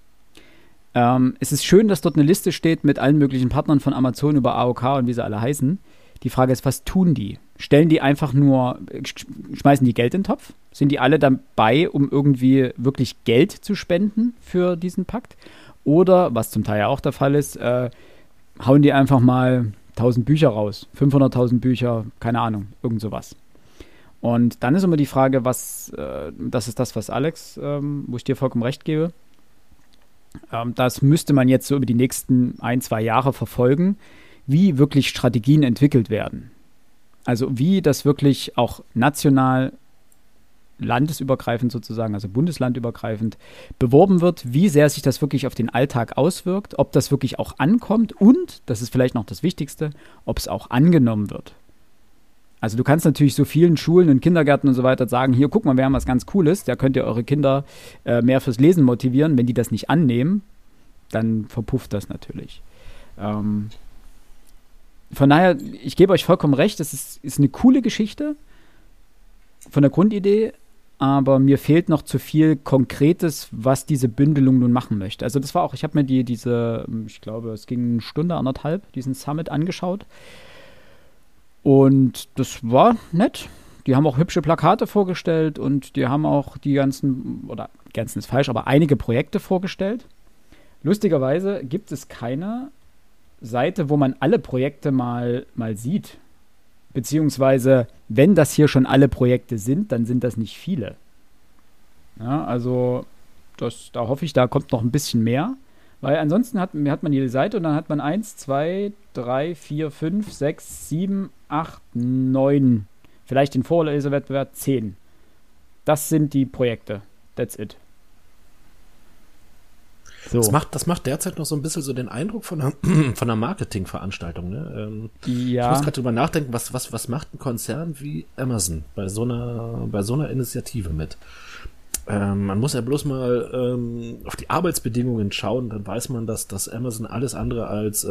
Es ist schön, dass dort eine Liste steht mit allen möglichen Partnern von Amazon über AOK und wie sie alle heißen. Die Frage ist, was tun die? Stellen die einfach nur, schmeißen die Geld in den Topf? Sind die alle dabei, um irgendwie wirklich Geld zu spenden für diesen Pakt? Oder, was zum Teil ja auch der Fall ist, hauen die einfach mal 1000 Bücher raus, 500.000 Bücher, keine Ahnung, irgend sowas. Und dann ist immer die Frage, das ist das, was Alex, wo ich dir vollkommen recht gebe, das müsste man jetzt so über die nächsten 1-2 Jahre verfolgen, wie wirklich Strategien entwickelt werden. Also wie das wirklich auch national, landesübergreifend sozusagen, also bundeslandübergreifend beworben wird, wie sehr sich das wirklich auf den Alltag auswirkt, ob das wirklich auch ankommt und, das ist vielleicht noch das Wichtigste, ob es auch angenommen wird. Also du kannst natürlich so vielen Schulen und Kindergärten und so weiter sagen, hier, guck mal, wir haben was ganz Cooles, da könnt ihr eure Kinder mehr fürs Lesen motivieren. Wenn die das nicht annehmen, dann verpufft das natürlich. Von daher, ich gebe euch vollkommen recht, es ist eine coole Geschichte von der Grundidee, aber mir fehlt noch zu viel Konkretes, was diese Bündelung nun machen möchte. Also das war auch, ich habe mir ich glaube, es ging 1 Stunde, 1,5, diesen Summit angeschaut. Und das war nett. Die haben auch hübsche Plakate vorgestellt und die haben auch ganzen ist falsch, aber einige Projekte vorgestellt. Lustigerweise gibt es keine Seite, wo man alle Projekte mal sieht. Beziehungsweise, wenn das hier schon alle Projekte sind, dann sind das nicht viele. Ja, also da hoffe ich, da kommt noch ein bisschen mehr. Weil ansonsten hat man die Seite und dann hat man 1, 2, 3, 4, 5, 6, 7, 8, 9, vielleicht den Vorlesewettbewerb 10. Das sind die Projekte. That's it. So. Das macht derzeit noch so ein bisschen so den Eindruck von einer Marketingveranstaltung. Ne? Ja. Ich muss gerade drüber nachdenken, was macht ein Konzern wie Amazon bei so einer Initiative mit? Man muss ja bloß mal auf die Arbeitsbedingungen schauen, dann weiß man, dass Amazon alles andere als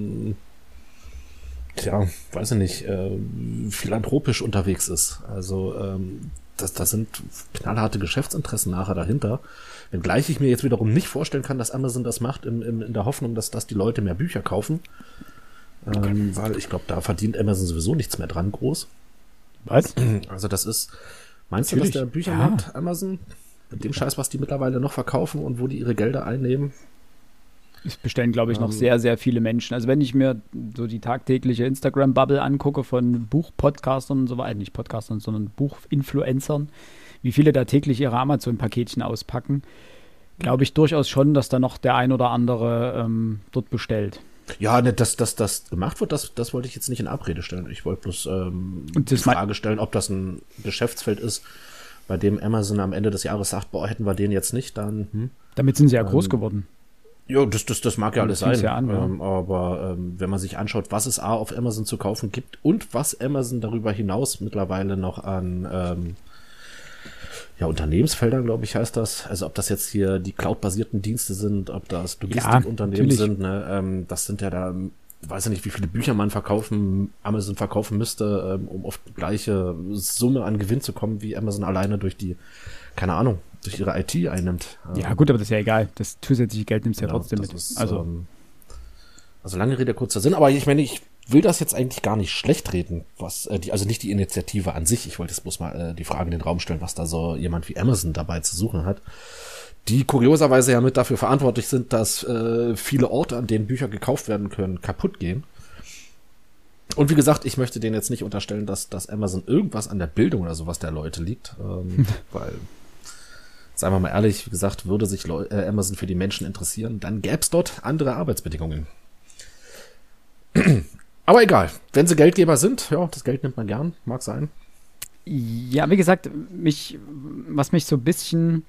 philanthropisch unterwegs ist. Also da sind knallharte Geschäftsinteressen nachher dahinter. Wenngleich ich mir jetzt wiederum nicht vorstellen kann, dass Amazon das macht in der Hoffnung, dass die Leute mehr Bücher kaufen. Weil ich glaube, da verdient Amazon sowieso nichts mehr dran groß. Was? Also das ist, meinst Natürlich. du, dass der Büchermarkt Amazon, mit dem Scheiß, was die mittlerweile noch verkaufen und wo die ihre Gelder einnehmen, Das bestellen, glaube ich, noch sehr, sehr viele Menschen. Also wenn ich mir so die tagtägliche Instagram-Bubble angucke von Buchpodcastern und so weiter, nicht Podcastern, sondern Buchinfluencern, wie viele da täglich ihre Amazon-Paketchen auspacken, glaube ich durchaus schon, dass da noch der ein oder andere dort bestellt. Ja, ne, dass das gemacht wird, das wollte ich jetzt nicht in Abrede stellen. Ich wollte bloß die Frage stellen, ob das ein Geschäftsfeld ist, bei dem Amazon am Ende des Jahres sagt, boah, hätten wir den jetzt nicht, dann Damit sind sie ja groß geworden. Ja, das mag ja alles sein. Ja an, ja. Aber wenn man sich anschaut, was es auf Amazon zu kaufen gibt und was Amazon darüber hinaus mittlerweile noch an Unternehmensfeldern, glaube ich, heißt das. Also ob das jetzt hier die cloud-basierten Dienste sind, ob das Logistikunternehmen sind, ne? Das sind ja da, weiß ich nicht, wie viele Bücher Amazon verkaufen müsste, um auf die gleiche Summe an Gewinn zu kommen, wie Amazon alleine durch durch ihre IT einnimmt. Ja gut, aber das ist ja egal. Das zusätzliche Geld nimmst du ja trotzdem mit. Ist, also lange Rede, kurzer Sinn. Aber ich meine, ich will das jetzt eigentlich gar nicht schlecht reden, also nicht die Initiative an sich. Ich wollte jetzt bloß mal die Frage in den Raum stellen, was da so jemand wie Amazon dabei zu suchen hat, die kurioserweise ja mit dafür verantwortlich sind, dass viele Orte, an denen Bücher gekauft werden können, kaputt gehen. Und wie gesagt, ich möchte denen jetzt nicht unterstellen, dass Amazon irgendwas an der Bildung oder sowas der Leute liegt, weil, seien wir mal ehrlich, wie gesagt, würde sich Amazon für die Menschen interessieren, dann gäbe es dort andere Arbeitsbedingungen. Aber egal, wenn sie Geldgeber sind, ja, das Geld nimmt man gern, mag sein. Ja, wie gesagt, was so ein bisschen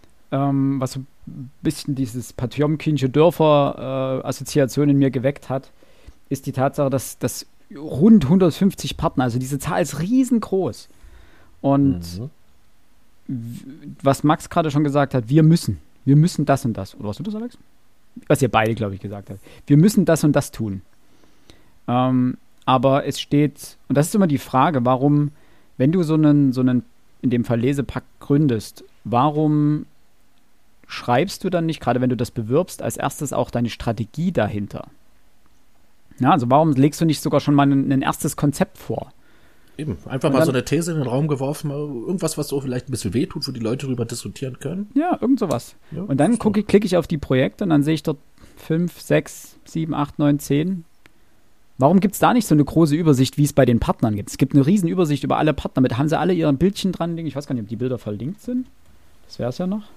dieses Potjomkinsche Dörfer-Assoziation in mir geweckt hat, ist die Tatsache, dass rund 150 Partner, also diese Zahl ist riesengroß. Und was Max gerade schon gesagt hat, wir müssen das und das. Oder warst du das, Alex? Was ihr beide, glaube ich, gesagt habt. Wir müssen das und das tun. Aber es steht, und das ist immer die Frage, warum, wenn du so einen, in dem Fall Lesepakt gründest, warum schreibst du dann nicht, gerade wenn du das bewirbst, als erstes auch deine Strategie dahinter? Ja, also warum legst du nicht sogar schon mal ein erstes Konzept vor? Eben, einfach mal so eine These in den Raum geworfen, irgendwas, was so vielleicht ein bisschen wehtut, wo die Leute drüber diskutieren können. Ja, irgend sowas. Ja, und dann klicke ich auf die Projekte und dann sehe ich dort 5, 6, 7, 8, 9, 10. Warum gibt es da nicht so eine große Übersicht, wie es bei den Partnern gibt? Es gibt eine riesen Übersicht über alle Partner. Mit haben sie alle ihre Bildchen dran liegen. Ich weiß gar nicht, ob die Bilder verlinkt sind. Das wäre es ja noch.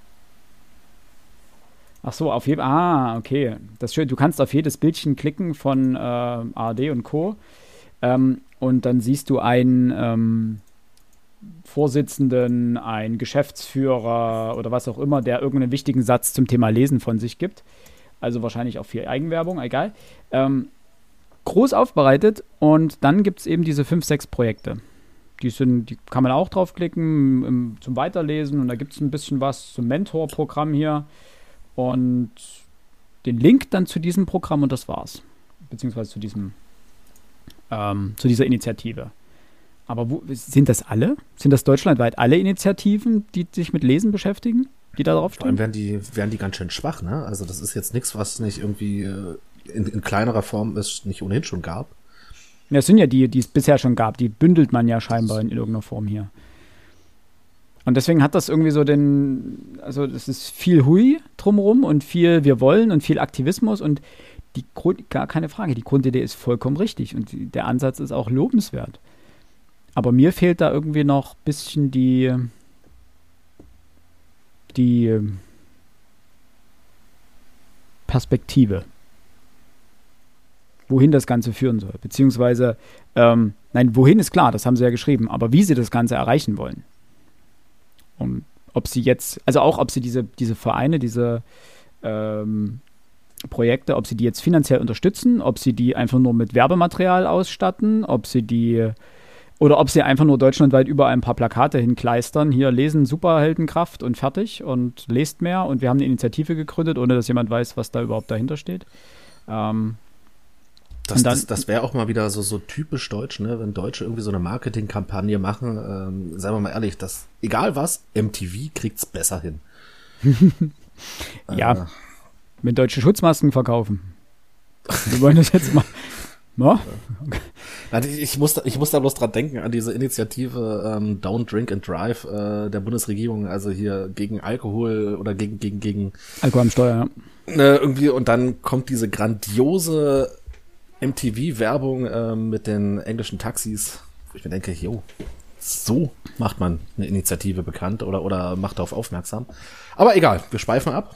Ach so, auf jeden Fall. Okay. Das ist schön. Du kannst auf jedes Bildchen klicken von ARD und Co. Und dann siehst du einen Vorsitzenden, einen Geschäftsführer oder was auch immer, der irgendeinen wichtigen Satz zum Thema Lesen von sich gibt. Also wahrscheinlich auch viel Eigenwerbung, egal. Groß aufbereitet und dann gibt es eben diese 5, 6 Projekte. Die kann man auch draufklicken zum Weiterlesen und da gibt es ein bisschen was zum Mentorprogramm hier und den Link dann zu diesem Programm und das war's. Beziehungsweise zu dieser Initiative. Aber sind das alle? Sind das deutschlandweit alle Initiativen, die sich mit Lesen beschäftigen, die da draufstehen? Vor allem wären die ganz schön schwach, ne? Also das ist jetzt nichts, was nicht irgendwie in kleinerer Form es nicht ohnehin schon gab. Ja, es sind ja die es bisher schon gab. Die bündelt man ja scheinbar in irgendeiner Form hier. Und deswegen hat das irgendwie so also das ist viel Hui drumherum und viel wir wollen und viel Aktivismus und gar keine Frage, die Grundidee ist vollkommen richtig und der Ansatz ist auch lobenswert. Aber mir fehlt da irgendwie noch ein bisschen die Perspektive, wohin das Ganze führen soll. Beziehungsweise, wohin ist klar, das haben sie ja geschrieben, aber wie sie das Ganze erreichen wollen. Und ob sie jetzt, also auch ob sie diese Vereine, diese Projekte, ob sie die jetzt finanziell unterstützen, ob sie die einfach nur mit Werbematerial ausstatten, ob sie einfach nur deutschlandweit überall ein paar Plakate hinkleistern, hier lesen Superheldenkraft und fertig und lest mehr und wir haben eine Initiative gegründet, ohne dass jemand weiß, was da überhaupt dahinter steht. Das wäre auch mal wieder so typisch deutsch, ne? Wenn Deutsche irgendwie so eine Marketingkampagne machen, seien wir mal ehrlich, egal was, MTV kriegt's besser hin. Ja, wenn Deutsche Schutzmasken verkaufen. Wir wollen das jetzt mal. No? Warte, ich muss da bloß dran denken, an diese Initiative Don't Drink and Drive der Bundesregierung, also hier gegen Alkohol oder gegen Alkohol am Steuer, ja. irgendwie, und dann kommt diese grandiose MTV-Werbung mit den englischen Taxis, wo ich mir denke, jo, so macht man eine Initiative bekannt oder macht darauf aufmerksam. Aber egal, wir schweifen ab.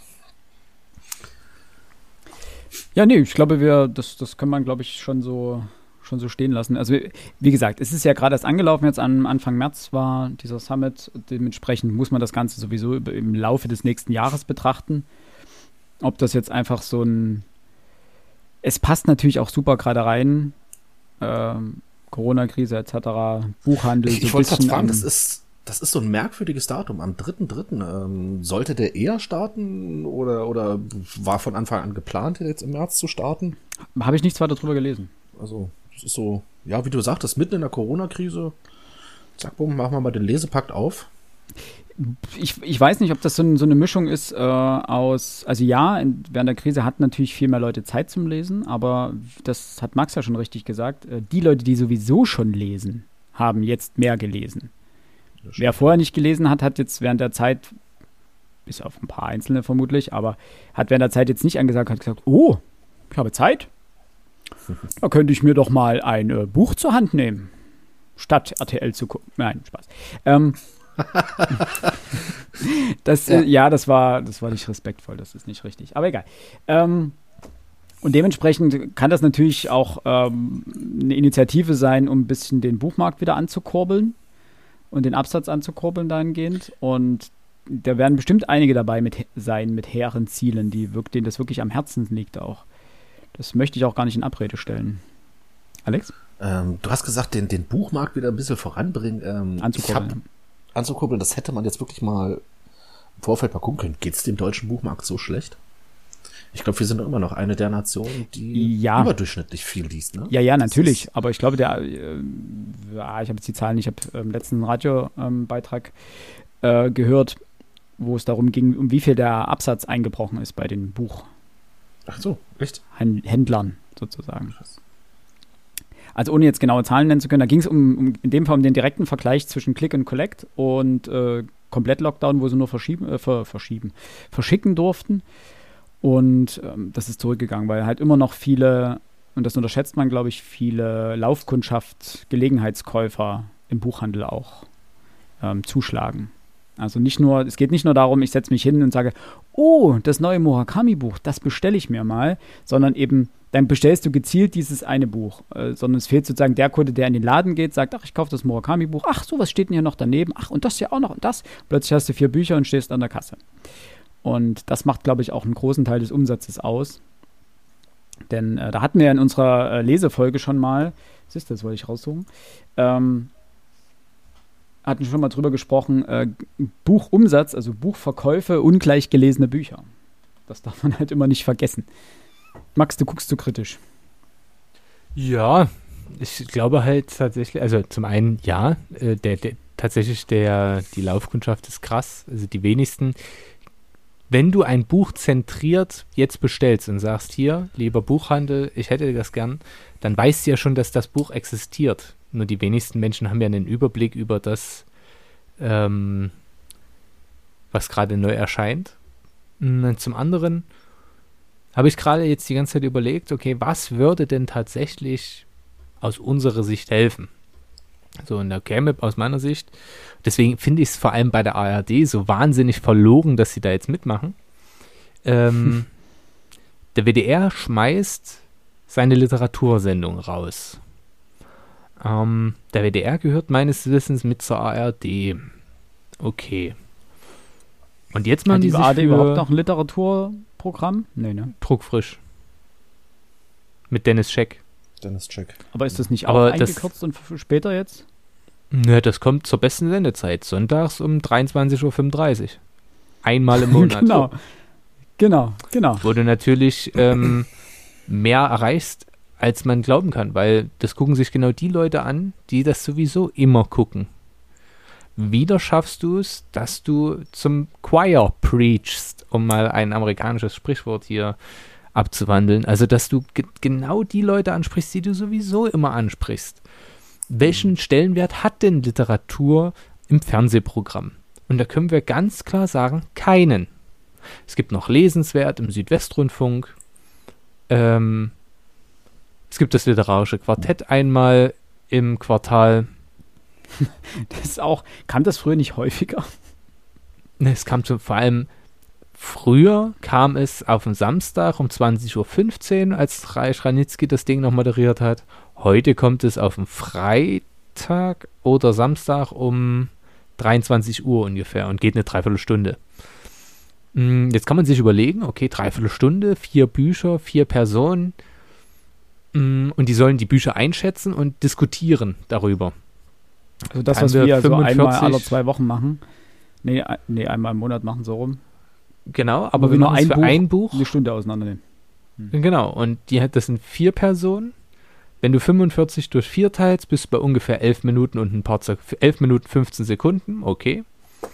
Ja, nee, ich glaube, das kann man, glaube ich, schon so stehen lassen. Also, wie gesagt, es ist ja gerade erst angelaufen, jetzt Anfang März war dieser Summit. Dementsprechend muss man das Ganze sowieso im Laufe des nächsten Jahres betrachten. Ob das jetzt einfach es passt natürlich auch super gerade rein. Corona-Krise etc., Buchhandel. Ich wollte gerade fragen, das ist so ein merkwürdiges Datum. Am 3.3. Sollte der eher starten oder war von Anfang an geplant, jetzt im März zu starten? Habe ich nichts weiter drüber gelesen. Also, das ist so, ja, wie du sagtest, mitten in der Corona-Krise, zack, bumm, machen wir mal den Lesepakt auf. Ich weiß nicht, ob das so eine Mischung ist aus, also ja, während der Krise hatten natürlich viel mehr Leute Zeit zum Lesen, aber das hat Max ja schon richtig gesagt, die Leute, die sowieso schon lesen, haben jetzt mehr gelesen. Wer vorher nicht gelesen hat, hat jetzt während der Zeit, bis auf ein paar Einzelne vermutlich, aber hat während der Zeit jetzt nicht angesagt, hat gesagt, oh, ich habe Zeit, da könnte ich mir doch mal ein Buch zur Hand nehmen, statt RTL zu gucken. Nein, Spaß. Das war nicht respektvoll, das ist nicht richtig, aber egal. Und dementsprechend kann das natürlich auch eine Initiative sein, um ein bisschen den Buchmarkt wieder anzukurbeln und den Absatz anzukurbeln dahingehend. Und da werden bestimmt einige dabei sein mit hehren Zielen, denen das wirklich am Herzen liegt auch. Das möchte ich auch gar nicht in Abrede stellen. Alex? Du hast gesagt, den Buchmarkt wieder ein bisschen voranbringen. Anzukurbeln, das hätte man jetzt wirklich mal im Vorfeld mal gucken können. Geht es dem deutschen Buchmarkt so schlecht? Ich glaube, wir sind doch immer noch eine der Nationen, die überdurchschnittlich viel liest, ne? Ja, natürlich. Aber ich glaube, ich habe jetzt die Zahlen, ich habe im letzten Radiobeitrag gehört, wo es darum ging, um wie viel der Absatz eingebrochen ist bei den Ach so, echt? Händlern sozusagen. Krass. Also ohne jetzt genaue Zahlen nennen zu können, da ging es in dem Fall um den direkten Vergleich zwischen Click und Collect und Komplett-Lockdown, wo sie nur verschicken durften. Und das ist zurückgegangen, weil halt immer noch viele, und das unterschätzt man, glaube ich, viele Laufkundschaft, Gelegenheitskäufer im Buchhandel auch zuschlagen. Also es geht nicht nur darum, ich setze mich hin und sage, oh, das neue Murakami-Buch, das bestelle ich mir mal, sondern eben, dann bestellst du gezielt dieses eine Buch, sondern es fehlt sozusagen der Kunde, der in den Laden geht, sagt, ach, ich kaufe das Murakami-Buch, ach, so, was steht denn hier noch daneben, ach, und das ja auch noch und das. Plötzlich hast du 4 Bücher und stehst an der Kasse. Und das macht, glaube ich, auch einen großen Teil des Umsatzes aus. Denn da hatten wir ja in unserer Lesefolge schon mal, das wollte ich raussuchen, hatten schon mal drüber gesprochen, Buchumsatz, also Buchverkäufe, ungleich gelesene Bücher. Das darf man halt immer nicht vergessen. Max, du guckst zu kritisch. Ja, ich glaube halt tatsächlich, also zum einen, ja, die Laufkundschaft ist krass, also die wenigsten. Wenn du ein Buch zentriert jetzt bestellst und sagst, hier, lieber Buchhandel, ich hätte das gern, dann weißt du ja schon, dass das Buch existiert. Nur die wenigsten Menschen haben ja einen Überblick über das, was gerade neu erscheint. Und zum anderen habe ich gerade jetzt die ganze Zeit überlegt, okay, was würde denn tatsächlich aus unserer Sicht helfen? So, und da käme aus meiner Sicht, deswegen finde ich es vor allem bei der ARD so wahnsinnig verlogen, dass sie da jetzt mitmachen. Der WDR schmeißt seine Literatursendung raus. Der WDR gehört meines Wissens mit zur ARD. Okay. Und jetzt machen die sich ARD überhaupt noch ein Literaturprogramm? Nee, ne? Druckfrisch. Mit Dennis Scheck. Aber ist das nicht auch eingekürzt und später jetzt? Nö, das kommt zur besten Sendezeit. Sonntags um 23.35 Uhr. Einmal im Monat. Genau. Wo du natürlich mehr erreichst, als man glauben kann, weil das gucken sich genau die Leute an, die das sowieso immer gucken. Wieder schaffst du es, dass du zum Choir preachst, um mal ein amerikanisches Sprichwort hier abzuwandeln. Also, dass du genau die Leute ansprichst, die du sowieso immer ansprichst. Welchen Stellenwert hat denn Literatur im Fernsehprogramm? Und da können wir ganz klar sagen, keinen. Es gibt noch Lesenswert im Südwestrundfunk. Es gibt das literarische Quartett einmal im Quartal. Das ist auch, kam das früher nicht häufiger? Es kam vor allem früher kam es auf den Samstag um 20.15 Uhr, als Reich Ranitzky das Ding noch moderiert hat. Heute kommt es auf den Freitag oder Samstag um 23 Uhr ungefähr und geht eine Dreiviertelstunde. Jetzt kann man sich überlegen, okay, Dreiviertelstunde, 4 Bücher, 4 Personen und die sollen die Bücher einschätzen und diskutieren darüber. Also das, was wir ja so einmal alle 2 Wochen machen. Nee, einmal im Monat machen, so rum. Genau, aber wir machen für ein Buch eine Stunde auseinandernehmen. Genau, und das sind 4 Personen. Wenn du 45 durch 4 teilst, bist du bei ungefähr 11 Minuten und 11 Minuten 15 Sekunden, okay.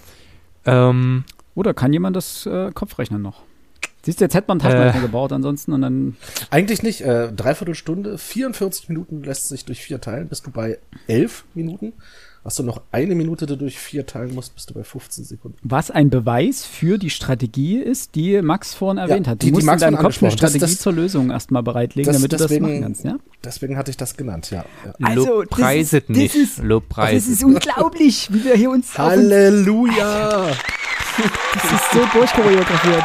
Oder kann jemand das Kopfrechnen noch? Siehst du, jetzt hätte man einen Taschenrechner gebaut ansonsten und dann... Eigentlich nicht. Dreiviertelstunde, 44 Minuten lässt sich durch 4 teilen, bist du bei 11 Minuten. Hast du noch 1 Minute, die du durch 4 teilen musst, bist du bei 15 Sekunden. Was ein Beweis für die Strategie ist, die Max vorhin erwähnt hat. Du musst Max in deinem Kopf eine Strategie zur Lösung erstmal bereitlegen, damit du das machen kannst, ja? Deswegen hatte ich das genannt, ja. Also, Lobpreiset nicht. Das ist unglaublich, wie wir hier uns... Halleluja! Das ist so durchchoreografiert.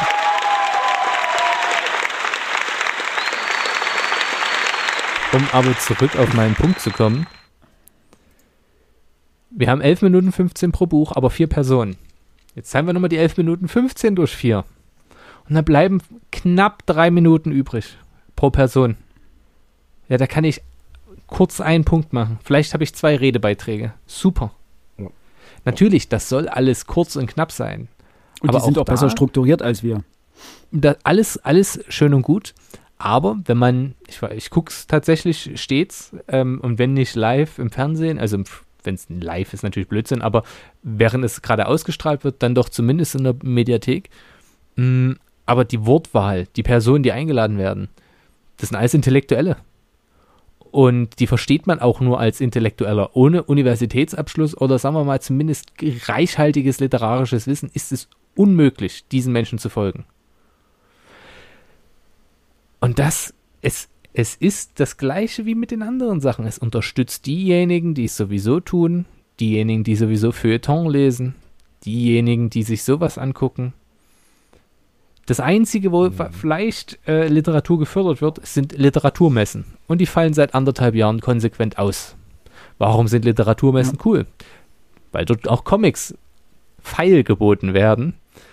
Um aber zurück auf meinen Punkt zu kommen. Wir haben 11 Minuten 15 pro Buch, aber 4 Personen. Jetzt teilen wir nochmal die 11 Minuten 15 durch 4. Und dann bleiben knapp 3 Minuten übrig pro Person. Ja, da kann ich kurz einen Punkt machen. Vielleicht habe ich 2 Redebeiträge. Super. Ja. Natürlich, das soll alles kurz und knapp sein. Und aber die sind auch besser strukturiert als wir. Alles schön und gut. Aber wenn man, ich gucke es tatsächlich stets und wenn nicht live im Fernsehen, also wenn es live ist, natürlich Blödsinn, aber während es gerade ausgestrahlt wird, dann doch zumindest in der Mediathek. Aber die Wortwahl, die Personen, die eingeladen werden, das sind alles Intellektuelle. Und die versteht man auch nur als Intellektueller. Ohne Universitätsabschluss oder sagen wir mal zumindest reichhaltiges literarisches Wissen ist es unmöglich, diesen Menschen zu folgen. Und es ist das Gleiche wie mit den anderen Sachen. Es unterstützt diejenigen, die es sowieso tun, diejenigen, die sowieso Feuilleton lesen, diejenigen, die sich sowas angucken. Das Einzige, wo vielleicht Literatur gefördert wird, sind Literaturmessen. Und die fallen seit 1,5 Jahren konsequent aus. Warum sind Literaturmessen cool? Weil dort auch Comics feilgeboten werden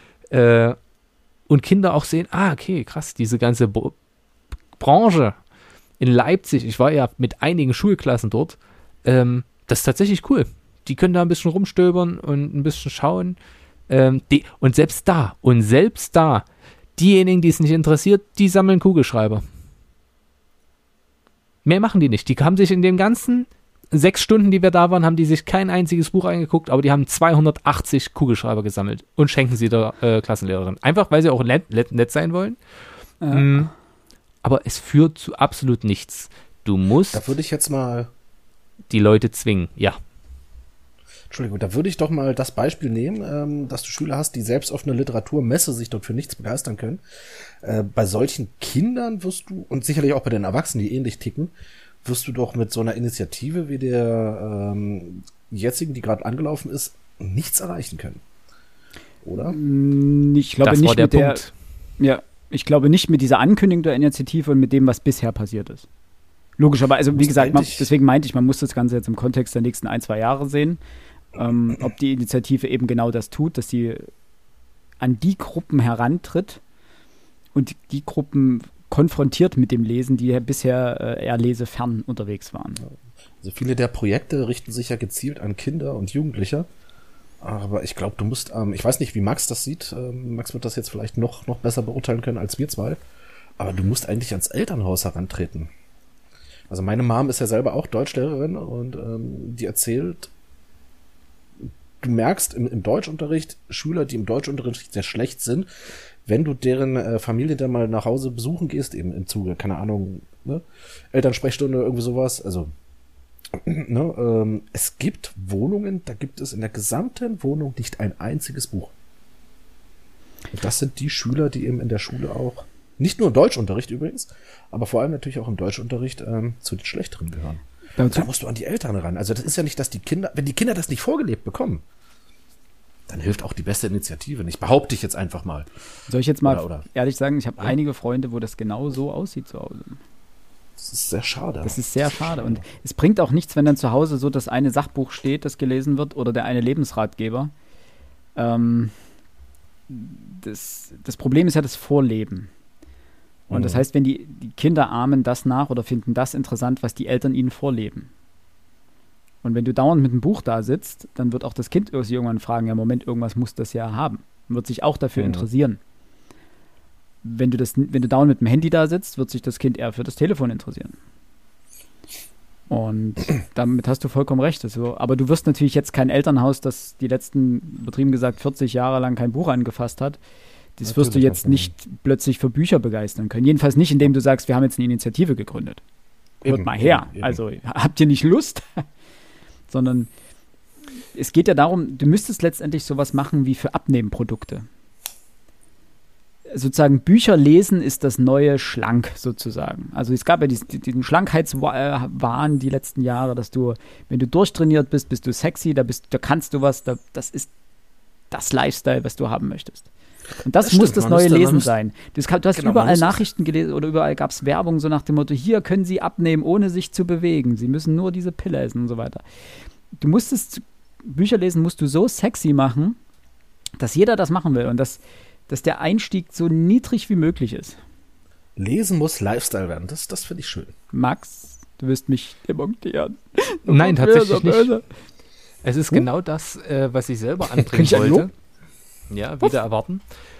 und Kinder auch sehen, okay, krass, diese ganze Branche in Leipzig, ich war ja mit einigen Schulklassen dort, das ist tatsächlich cool. Die können da ein bisschen rumstöbern und ein bisschen schauen. Und selbst da, diejenigen, die es nicht interessiert, die sammeln Kugelschreiber. Mehr machen die nicht. Die haben sich in den ganzen 6 Stunden, die wir da waren, haben die sich kein einziges Buch angeguckt, aber die haben 280 Kugelschreiber gesammelt und schenken sie der Klassenlehrerin. Einfach, weil sie auch nett sein wollen. Aber es führt zu absolut nichts. Du musst Da würde ich jetzt mal... die Leute zwingen, ja. Entschuldigung, da würde ich doch mal das Beispiel nehmen, dass du Schüler hast, die selbst auf einer Literaturmesse sich dort für nichts begeistern können. Bei solchen Kindern wirst du, und sicherlich auch bei den Erwachsenen, die ähnlich ticken, wirst du doch mit so einer Initiative wie der jetzigen, die gerade angelaufen ist, nichts erreichen können. Oder? Ich glaube Das nicht war der mit Punkt. Ich glaube nicht mit dieser Ankündigung der Initiative und mit dem, was bisher passiert ist. Logisch, aber also wie gesagt, deswegen meinte ich, man muss das Ganze jetzt im Kontext der nächsten 1-2 Jahre sehen. Ob die Initiative eben genau das tut, dass sie an die Gruppen herantritt und die Gruppen konfrontiert mit dem Lesen, die bisher eher lesefern unterwegs waren. Also viele der Projekte richten sich ja gezielt an Kinder und Jugendliche. Aber ich glaube, du musst, ich weiß nicht, wie Max das sieht. Max wird das jetzt vielleicht noch besser beurteilen können als wir zwei. Aber du musst eigentlich ans Elternhaus herantreten. Also meine Mom ist ja selber auch Deutschlehrerin und die erzählt, du merkst im Deutschunterricht, Schüler, die im Deutschunterricht sehr schlecht sind, wenn du deren Familie dann mal nach Hause besuchen gehst, eben im Zuge, keine Ahnung, ne? Elternsprechstunde, irgendwie sowas, also ne, es gibt Wohnungen, da gibt es in der gesamten Wohnung nicht ein einziges Buch. Und das sind die Schüler, die eben in der Schule auch, nicht nur im Deutschunterricht übrigens, aber vor allem natürlich auch im Deutschunterricht zu den Schlechteren gehören. Da musst du an die Eltern ran. Also das ist ja nicht, dass die Kinder, wenn die Kinder das nicht vorgelebt bekommen, dann hilft auch die beste Initiative nicht. Behaupte ich jetzt einfach mal. Soll ich jetzt mal Oder. ehrlich sagen, ich habe einige Freunde, wo das genau so aussieht zu Hause. Das ist sehr schade. Das ist sehr schade. Und es bringt auch nichts, wenn dann zu Hause so das eine Sachbuch steht, das gelesen wird, oder der eine Lebensratgeber. Das Problem ist ja das Vorleben. Und das heißt, wenn die Kinder ahmen das nach oder finden das interessant, was die Eltern ihnen vorleben. Und wenn du dauernd mit einem Buch da sitzt, dann wird auch das Kind sich irgendwann fragen, ja Moment, irgendwas muss das ja haben. Und wird sich auch dafür interessieren. Wenn du dauernd mit dem Handy da sitzt, wird sich das Kind eher für das Telefon interessieren. Und damit hast du vollkommen recht. Also, aber du wirst natürlich jetzt kein Elternhaus, das die letzten, übertrieben gesagt, 40 Jahre lang kein Buch angefasst hat. Das Natürlich wirst du jetzt nicht plötzlich für Bücher begeistern können. Jedenfalls nicht, indem du sagst, wir haben jetzt eine Initiative gegründet. Hört mal her. Eben. Also habt ihr nicht Lust? Sondern es geht ja darum, du müsstest letztendlich sowas machen wie für Abnehmprodukte. Sozusagen Bücher lesen ist das neue Schlank sozusagen. Also es gab ja diesen Schlankheitswahn die letzten Jahre, dass du, wenn du durchtrainiert bist, bist du sexy, da kannst du was, das ist das Lifestyle, was du haben möchtest. Und das muss das neue Lesen sein. Du hast überall Nachrichten gelesen oder überall gab es Werbung so nach dem Motto, hier können Sie abnehmen, ohne sich zu bewegen. Sie müssen nur diese Pille essen und so weiter. Bücher lesen musst du so sexy machen, dass jeder das machen will und dass der Einstieg so niedrig wie möglich ist. Lesen muss Lifestyle werden. Das finde ich schön. Max, du wirst mich demontieren. Nein, tatsächlich nicht. Es ist genau das, was ich selber anbringen wollte. Ja, wieder erwarten.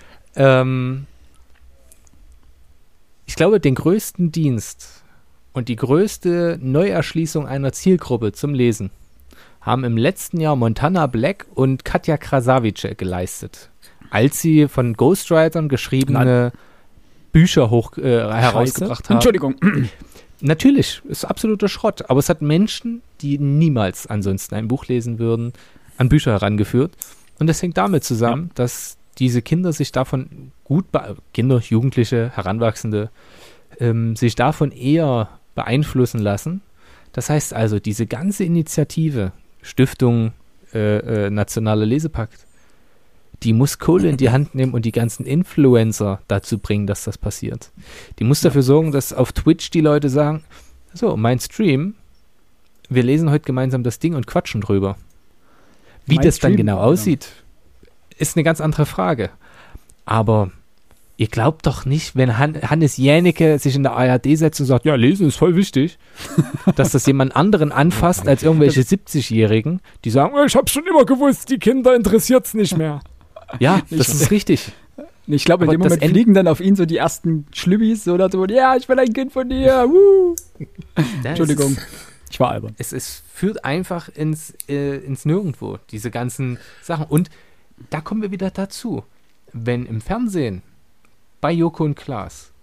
Ich glaube, den größten Dienst und die größte Neuerschließung einer Zielgruppe zum Lesen haben im letzten Jahr Montana Black und Katja Krasavice geleistet, als sie von Ghostwritern geschriebene Bücher herausgebracht haben. Entschuldigung. Natürlich, ist absoluter Schrott, aber es hat Menschen, die niemals ansonsten ein Buch lesen würden, an Bücher herangeführt. Und das hängt damit zusammen, dass diese Kinder sich davon Kinder, Jugendliche, Heranwachsende, sich davon eher beeinflussen lassen. Das heißt also, diese ganze Initiative, Stiftung Nationaler Lesepakt, die muss Kohle in die Hand nehmen und die ganzen Influencer dazu bringen, dass das passiert. Die muss dafür sorgen, dass auf Twitch die Leute sagen, so, mein Stream, wir lesen heute gemeinsam das Ding und quatschen drüber. Wie das dann genau aussieht, ist eine ganz andere Frage. Aber ihr glaubt doch nicht, wenn Hannes Jänicke sich in der ARD setzt und sagt, ja, lesen ist voll wichtig, dass das jemand anderen anfasst als irgendwelche 70-Jährigen, die sagen, ich hab's schon immer gewusst, die Kinder interessiert's nicht mehr. Ja, das ist richtig. Ich glaube, in Aber dem Moment fliegen dann auf ihn so die ersten Schlübbis, so dazu, ja, ich will ein Kind von dir, Entschuldigung. Ich war albern. Es führt einfach ins Nirgendwo, diese ganzen Sachen. Und da kommen wir wieder dazu. Wenn im Fernsehen, bei Joko und Klaas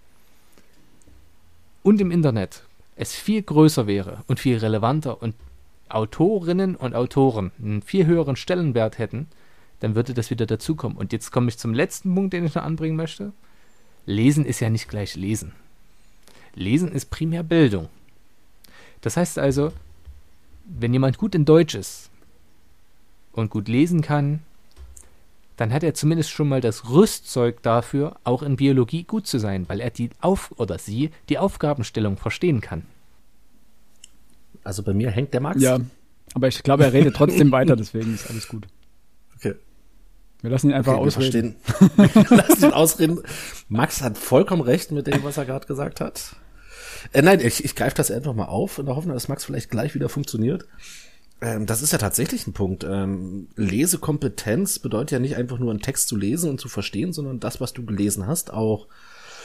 und im Internet es viel größer wäre und viel relevanter und Autorinnen und Autoren einen viel höheren Stellenwert hätten, dann würde das wieder dazukommen. Und jetzt komme ich zum letzten Punkt, den ich noch anbringen möchte. Lesen ist ja nicht gleich Lesen. Lesen ist primär Bildung. Das heißt also, wenn jemand gut in Deutsch ist und gut lesen kann, dann hat er zumindest schon mal das Rüstzeug dafür, auch in Biologie gut zu sein, weil er sie die Aufgabenstellung verstehen kann. Also bei mir hängt der Max. Ja, aber ich glaube, er redet trotzdem weiter, deswegen ist alles gut. Okay. Wir lassen ihn einfach ausreden. Wir lassen ihn ausreden. Max hat vollkommen recht mit dem, was er gerade gesagt hat. Nein, ich greife das einfach mal auf in der Hoffnung, dass Max vielleicht gleich wieder funktioniert. Das ist ja tatsächlich ein Punkt. Lesekompetenz bedeutet ja nicht einfach nur einen Text zu lesen und zu verstehen, sondern das, was du gelesen hast, auch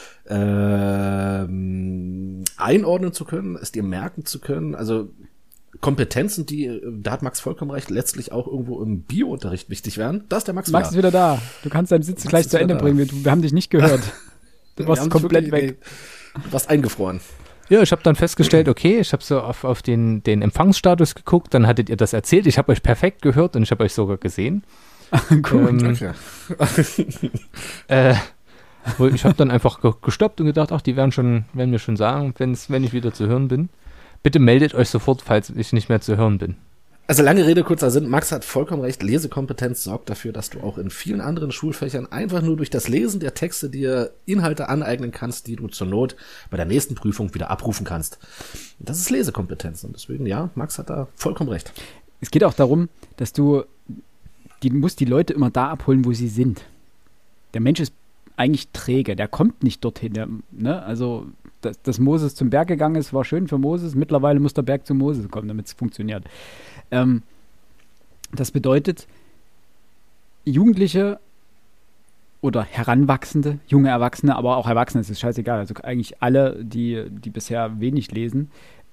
einordnen zu können, es dir merken zu können. Also Kompetenzen, die, da hat Max vollkommen recht, letztlich auch irgendwo im Biounterricht wichtig wären. Da ist der Max Max ist wieder da. Du kannst deinen Sitz gleich ist zu Ende wieder da. bringen. Wir haben dich nicht gehört. Du Wir warst haben komplett wirklich- weg. Du warst eingefroren. Ja, ich habe dann festgestellt, okay, ich habe so auf den Empfangsstatus geguckt, dann hattet ihr das erzählt, ich habe euch perfekt gehört und ich habe euch sogar gesehen. Gut. Okay. Ich habe dann einfach gestoppt und gedacht, ach, die werden mir schon sagen, wenn ich wieder zu hören bin. Bitte meldet euch sofort, falls ich nicht mehr zu hören bin. Also lange Rede, kurzer Sinn. Max hat vollkommen recht. Lesekompetenz sorgt dafür, dass du auch in vielen anderen Schulfächern einfach nur durch das Lesen der Texte dir Inhalte aneignen kannst, die du zur Not bei der nächsten Prüfung wieder abrufen kannst. Das ist Lesekompetenz. Und deswegen, ja, Max hat da vollkommen recht. Es geht auch darum, dass du musst die Leute immer da abholen, wo sie sind. Der Mensch ist eigentlich träge, der kommt nicht dorthin. Ne? Also, dass Moses zum Berg gegangen ist, war schön für Moses. Mittlerweile muss der Berg zu Moses kommen, damit es funktioniert. Das bedeutet, Jugendliche oder Heranwachsende, junge Erwachsene, aber auch Erwachsene, es ist scheißegal, also eigentlich alle, die bisher wenig lesen,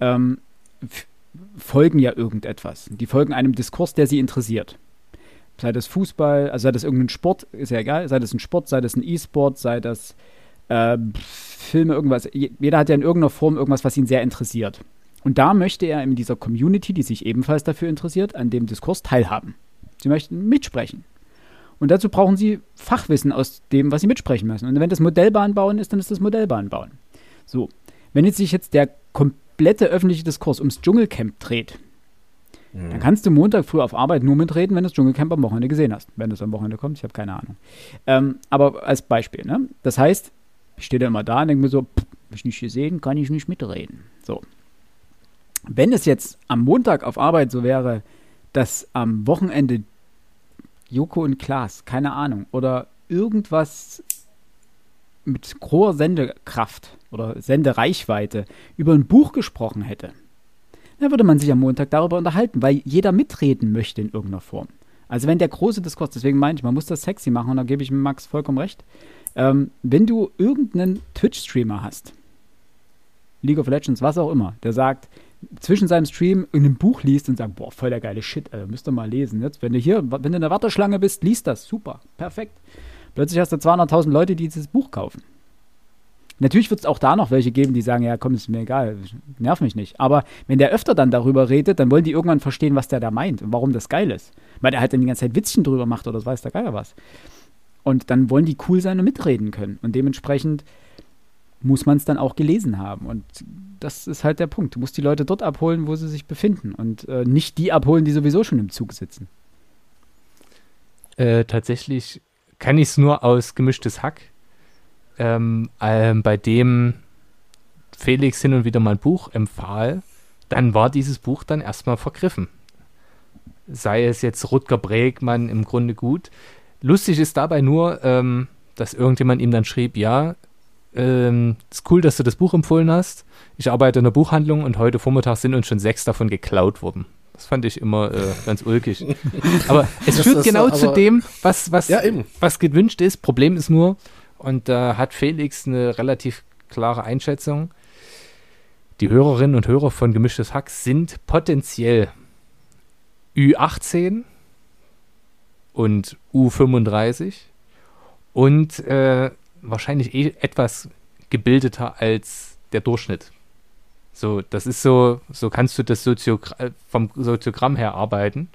folgen ja irgendetwas. Die folgen einem Diskurs, der sie interessiert. Sei das Fußball, also sei das irgendein Sport, ist ja egal, sei das ein Sport, sei das ein E-Sport, sei das Filme, irgendwas. Jeder hat ja in irgendeiner Form irgendwas, was ihn sehr interessiert. Und da möchte er in dieser Community, die sich ebenfalls dafür interessiert, an dem Diskurs teilhaben. Sie möchten mitsprechen. Und dazu brauchen sie Fachwissen aus dem, was sie mitsprechen müssen. Und wenn das Modellbahnbauen ist, dann ist das Modellbahnbauen. So, wenn jetzt sich der komplette öffentliche Diskurs ums Dschungelcamp dreht, dann kannst du Montag früh auf Arbeit nur mitreden, wenn du das Dschungelcamp am Wochenende gesehen hast. Wenn das am Wochenende kommt, ich habe keine Ahnung. Aber als Beispiel, ne? Das heißt, ich stehe da immer da und denke mir so, hab ich nicht gesehen, kann ich nicht mitreden. So. Wenn es jetzt am Montag auf Arbeit so wäre, dass am Wochenende Joko und Klaas, keine Ahnung, oder irgendwas mit hoher Sendekraft oder Sendereichweite über ein Buch gesprochen hätte, dann würde man sich am Montag darüber unterhalten, weil jeder mitreden möchte in irgendeiner Form. Also wenn der große Diskurs, deswegen meine ich, man muss das sexy machen und da gebe ich Max vollkommen recht, wenn du irgendeinen Twitch-Streamer hast, League of Legends, was auch immer, der sagt, zwischen seinem Stream irgendein Buch liest und sagt, boah, voll der geile Shit, Alter, müsst ihr mal lesen. Jetzt, wenn du in der Warteschlange bist, liest das, super, perfekt. Plötzlich hast du 200.000 Leute, die dieses Buch kaufen. Natürlich wird es auch da noch welche geben, die sagen, ja komm, ist mir egal, nerv mich nicht. Aber wenn der öfter dann darüber redet, dann wollen die irgendwann verstehen, was der da meint und warum das geil ist. Weil der halt dann die ganze Zeit Witzchen drüber macht oder weiß der Geier was. Und dann wollen die cool sein und mitreden können. Und dementsprechend muss man es dann auch gelesen haben. Und das ist halt der Punkt. Du musst die Leute dort abholen, wo sie sich befinden und nicht die abholen, die sowieso schon im Zug sitzen. Tatsächlich kann ich es nur aus Gemischtes Hack, bei dem Felix hin und wieder mal ein Buch empfahl, dann war dieses Buch dann erstmal vergriffen. Sei es jetzt Rutger Bregmann im Grunde gut. Lustig ist dabei nur, dass irgendjemand ihm dann schrieb, ja, ist cool, dass du das Buch empfohlen hast. Ich arbeite in der Buchhandlung und heute Vormittag sind uns schon 6 davon geklaut worden. Das fand ich immer ganz ulkig. Aber es Das führt ist genau so, zu aber- dem, was Ja, eben. gewünscht ist. Problem ist nur, und da hat Felix eine relativ klare Einschätzung, die Hörerinnen und Hörer von Gemischtes Hack sind potenziell Ü18 und U35 und wahrscheinlich etwas gebildeter als der Durchschnitt. So, das ist so kannst du das vom Soziogramm her arbeiten.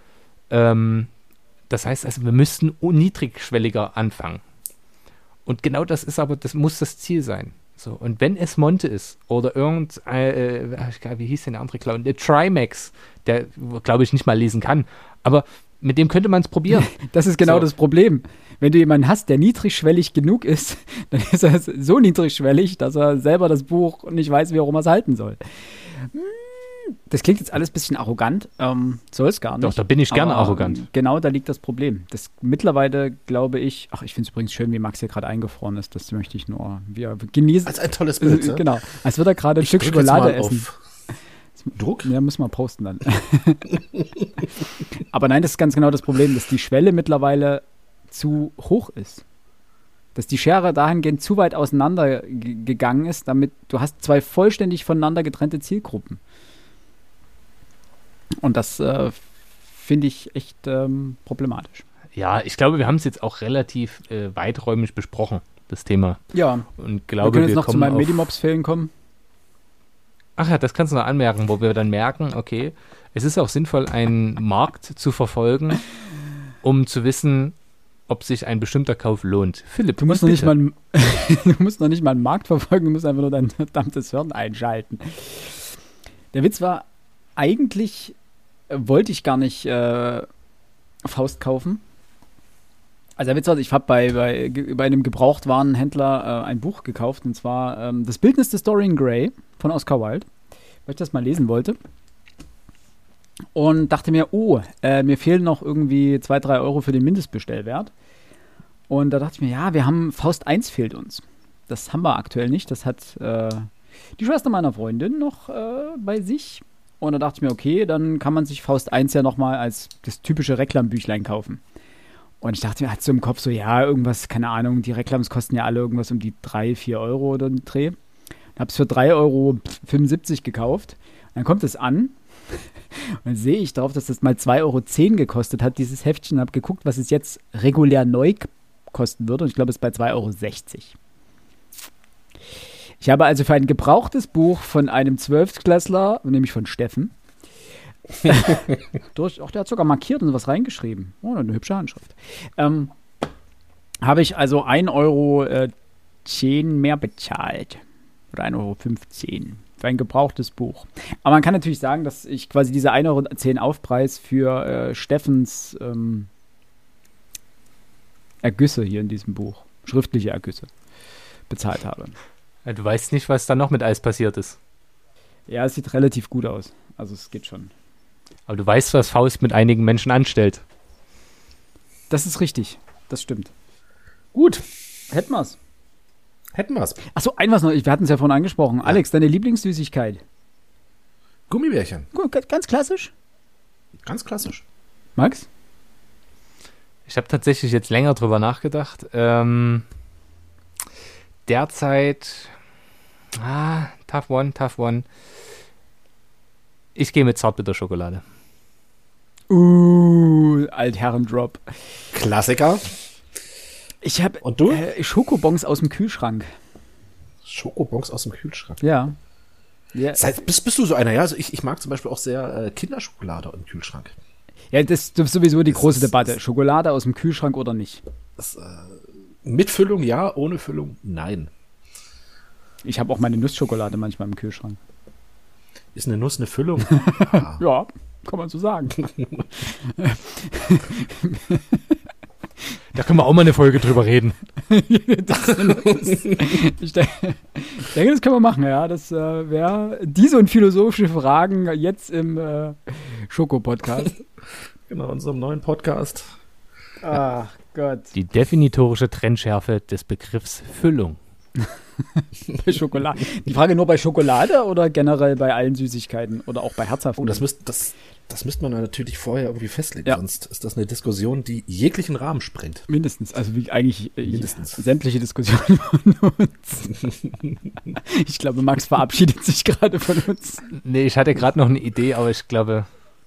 Das heißt also, wir müssten niedrigschwelliger anfangen. Und genau das ist aber, das muss das Ziel sein. So, und wenn es Monte ist oder wie hieß denn der andere Clown? Der Trimax, der, glaube ich, nicht mal lesen kann, aber mit dem könnte man es probieren. Das ist genau So. das Problem. Wenn du jemanden hast, der niedrigschwellig genug ist, dann ist er so niedrigschwellig, dass er selber das Buch nicht weiß, warum er es halten soll. Das klingt jetzt alles ein bisschen arrogant, soll es gar nicht. Doch, da bin ich gerne Aber, arrogant. Genau, da liegt das Problem. Das mittlerweile glaube ich finde es übrigens schön, wie Max hier gerade eingefroren ist. Das möchte ich nur genießen. Als ein tolles Bild. Ne? Genau, als würde er gerade ein Ich Stück drück jetzt Schokolade mal essen. auf Druck? Ja, muss man posten dann. Aber nein, das ist ganz genau das Problem, dass die Schwelle mittlerweile zu hoch ist. Dass die Schere dahingehend zu weit auseinander gegangen ist, damit du hast 2 vollständig voneinander getrennte Zielgruppen. Und das finde ich echt problematisch. Ja, ich glaube, wir haben es jetzt auch relativ weiträumig besprochen, das Thema. Ja, Und wir glaube, können jetzt noch zu kommen meinen auf- Medimobs-Fällen kommen. Ach ja, das kannst du noch anmerken, wo wir dann merken, okay, es ist auch sinnvoll, einen Markt zu verfolgen, um zu wissen, ob sich ein bestimmter Kauf lohnt. Philipp, Du musst, noch nicht bitte. mal, du musst noch nicht mal einen Markt verfolgen, du musst einfach nur dein verdammtes Hirn einschalten. Der Witz war, eigentlich wollte ich gar nicht Faust kaufen. Also der Witz war, ich habe bei einem Gebrauchtwarenhändler ein Buch gekauft, und zwar Das Bildnis des Dorian Gray von Oscar Wilde, weil ich das mal lesen wollte. Und dachte mir, mir fehlen noch irgendwie 2-3 Euro für den Mindestbestellwert. Und da dachte ich mir, ja, wir haben Faust 1 fehlt uns. Das haben wir aktuell nicht. Das hat die Schwester meiner Freundin noch bei sich. Und da dachte ich mir, okay, dann kann man sich Faust 1 ja nochmal als das typische Reklambüchlein kaufen. Und ich dachte mir, hat so im Kopf so, ja, irgendwas, keine Ahnung, die Reklams kosten ja alle irgendwas um die 3-4 Euro oder den Dreh. Habe es für 3,75 Euro gekauft. Dann kommt es an. Und dann sehe ich drauf, dass das mal 2,10 Euro gekostet hat, dieses Heftchen. Habe geguckt, was es jetzt regulär neu kosten würde. Und ich glaube, es ist bei 2,60 Euro. Ich habe also für ein gebrauchtes Buch von einem Zwölftklässler, nämlich von Steffen, der hat sogar markiert und was reingeschrieben. Oh, eine hübsche Handschrift. Habe ich also 1,10 Euro mehr bezahlt. Oder 1,15 Euro für ein gebrauchtes Buch. Aber man kann natürlich sagen, dass ich quasi diese 1,10 Euro Aufpreis für Steffens Ergüsse hier in diesem Buch, schriftliche Ergüsse, bezahlt habe. Ja, du weißt nicht, was da noch mit Eis passiert ist. Ja, es sieht relativ gut aus. Also es geht schon. Aber du weißt, was Faust mit einigen Menschen anstellt. Das ist richtig. Das stimmt. Gut, Hätten wir's. hätten wir's. Achso, ein was noch. Wir hatten es ja vorhin angesprochen. Alex, deine Lieblingssüßigkeit? Gummibärchen, Gut, ganz klassisch. ganz klassisch. Max? Ich habe tatsächlich jetzt länger drüber nachgedacht. Derzeit, tough one. Ich gehe mit Zartbitterschokolade. Altherren-Drop. Klassiker. Ich habe Und du? Schokobons aus dem Kühlschrank. Schokobons aus dem Kühlschrank. Ja. Ja, Bist du so einer? Ja, also ich mag zum Beispiel auch sehr Kinderschokolade im Kühlschrank. ja, das ist sowieso die große ist- Debatte. Schokolade aus dem Kühlschrank oder nicht? Mit Füllung ja, ohne Füllung nein. Ich habe auch meine Nussschokolade manchmal im Kühlschrank. Ist eine Nuss eine Füllung? Ja, kann man so sagen. Da können wir auch mal eine Folge drüber reden. Ich denke, das können wir machen, ja. Das wäre diese und philosophische Fragen jetzt im Schoko-Podcast. Genau, in unserem neuen Podcast. Ach Gott. Die definitorische Trennschärfe des Begriffs Füllung. Bei Schokolade. Die Frage nur bei Schokolade oder generell bei allen Süßigkeiten oder auch bei herzhaften? Oh, das müsste man natürlich vorher irgendwie festlegen, Ja. sonst ist das eine Diskussion, die jeglichen Rahmen sprengt. Mindestens. Also wie eigentlich Mindestens. sämtliche Diskussionen von uns. Ich glaube, Max verabschiedet sich gerade von uns. Nee, ich hatte gerade noch eine Idee, aber ich glaube,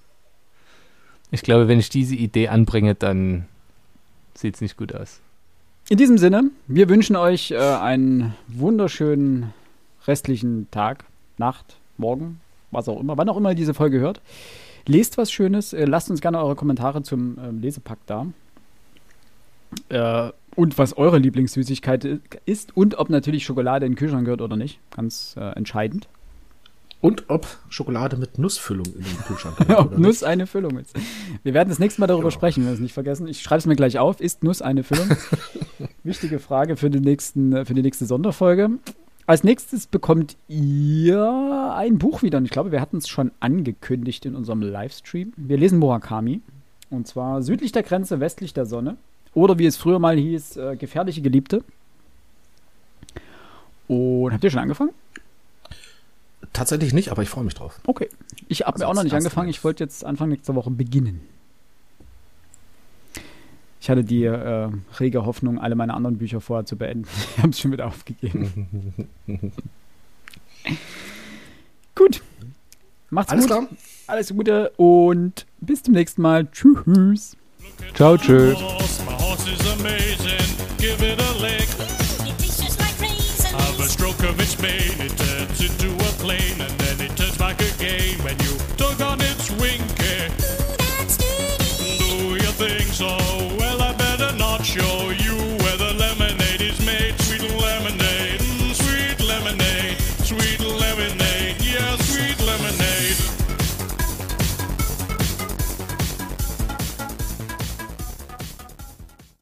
wenn ich diese Idee anbringe, dann sieht es nicht gut aus. In diesem Sinne, wir wünschen euch einen wunderschönen restlichen Tag, Nacht, Morgen, was auch immer, wann auch immer ihr diese Folge hört. Lest was Schönes, lasst uns gerne eure Kommentare zum Lesepakt da. Und was eure Lieblingssüßigkeit ist und ob natürlich Schokolade in den Kühlschrank gehört oder nicht. Ganz entscheidend. Und ob Schokolade mit Nussfüllung in den Kühlschrank gehört, Ob oder Nuss nicht. eine Füllung ist. Wir werden das nächste Mal darüber sprechen, wenn wir es nicht vergessen. Ich schreibe es mir gleich auf. Ist Nuss eine Füllung? Wichtige Frage für die nächste Sonderfolge. Als nächstes bekommt ihr ein Buch wieder. Und ich glaube, wir hatten es schon angekündigt in unserem Livestream. Wir lesen Murakami. Und zwar südlich der Grenze, westlich der Sonne. Oder wie es früher mal hieß, gefährliche Geliebte. Und habt ihr schon angefangen? Tatsächlich nicht, aber ich freue mich drauf. Okay. Ich habe Also mir auch noch als nicht erste angefangen. Mal. Ich wollte jetzt Anfang nächster Woche beginnen. Ich hatte die rege Hoffnung, alle meine anderen Bücher vorher zu beenden. Ich habe es schon wieder aufgegeben. Gut. Macht's Alles gut. klar? Alles Gute und bis zum nächsten Mal. Tschüss. Ciao, tschö. My horse is amazing. Give it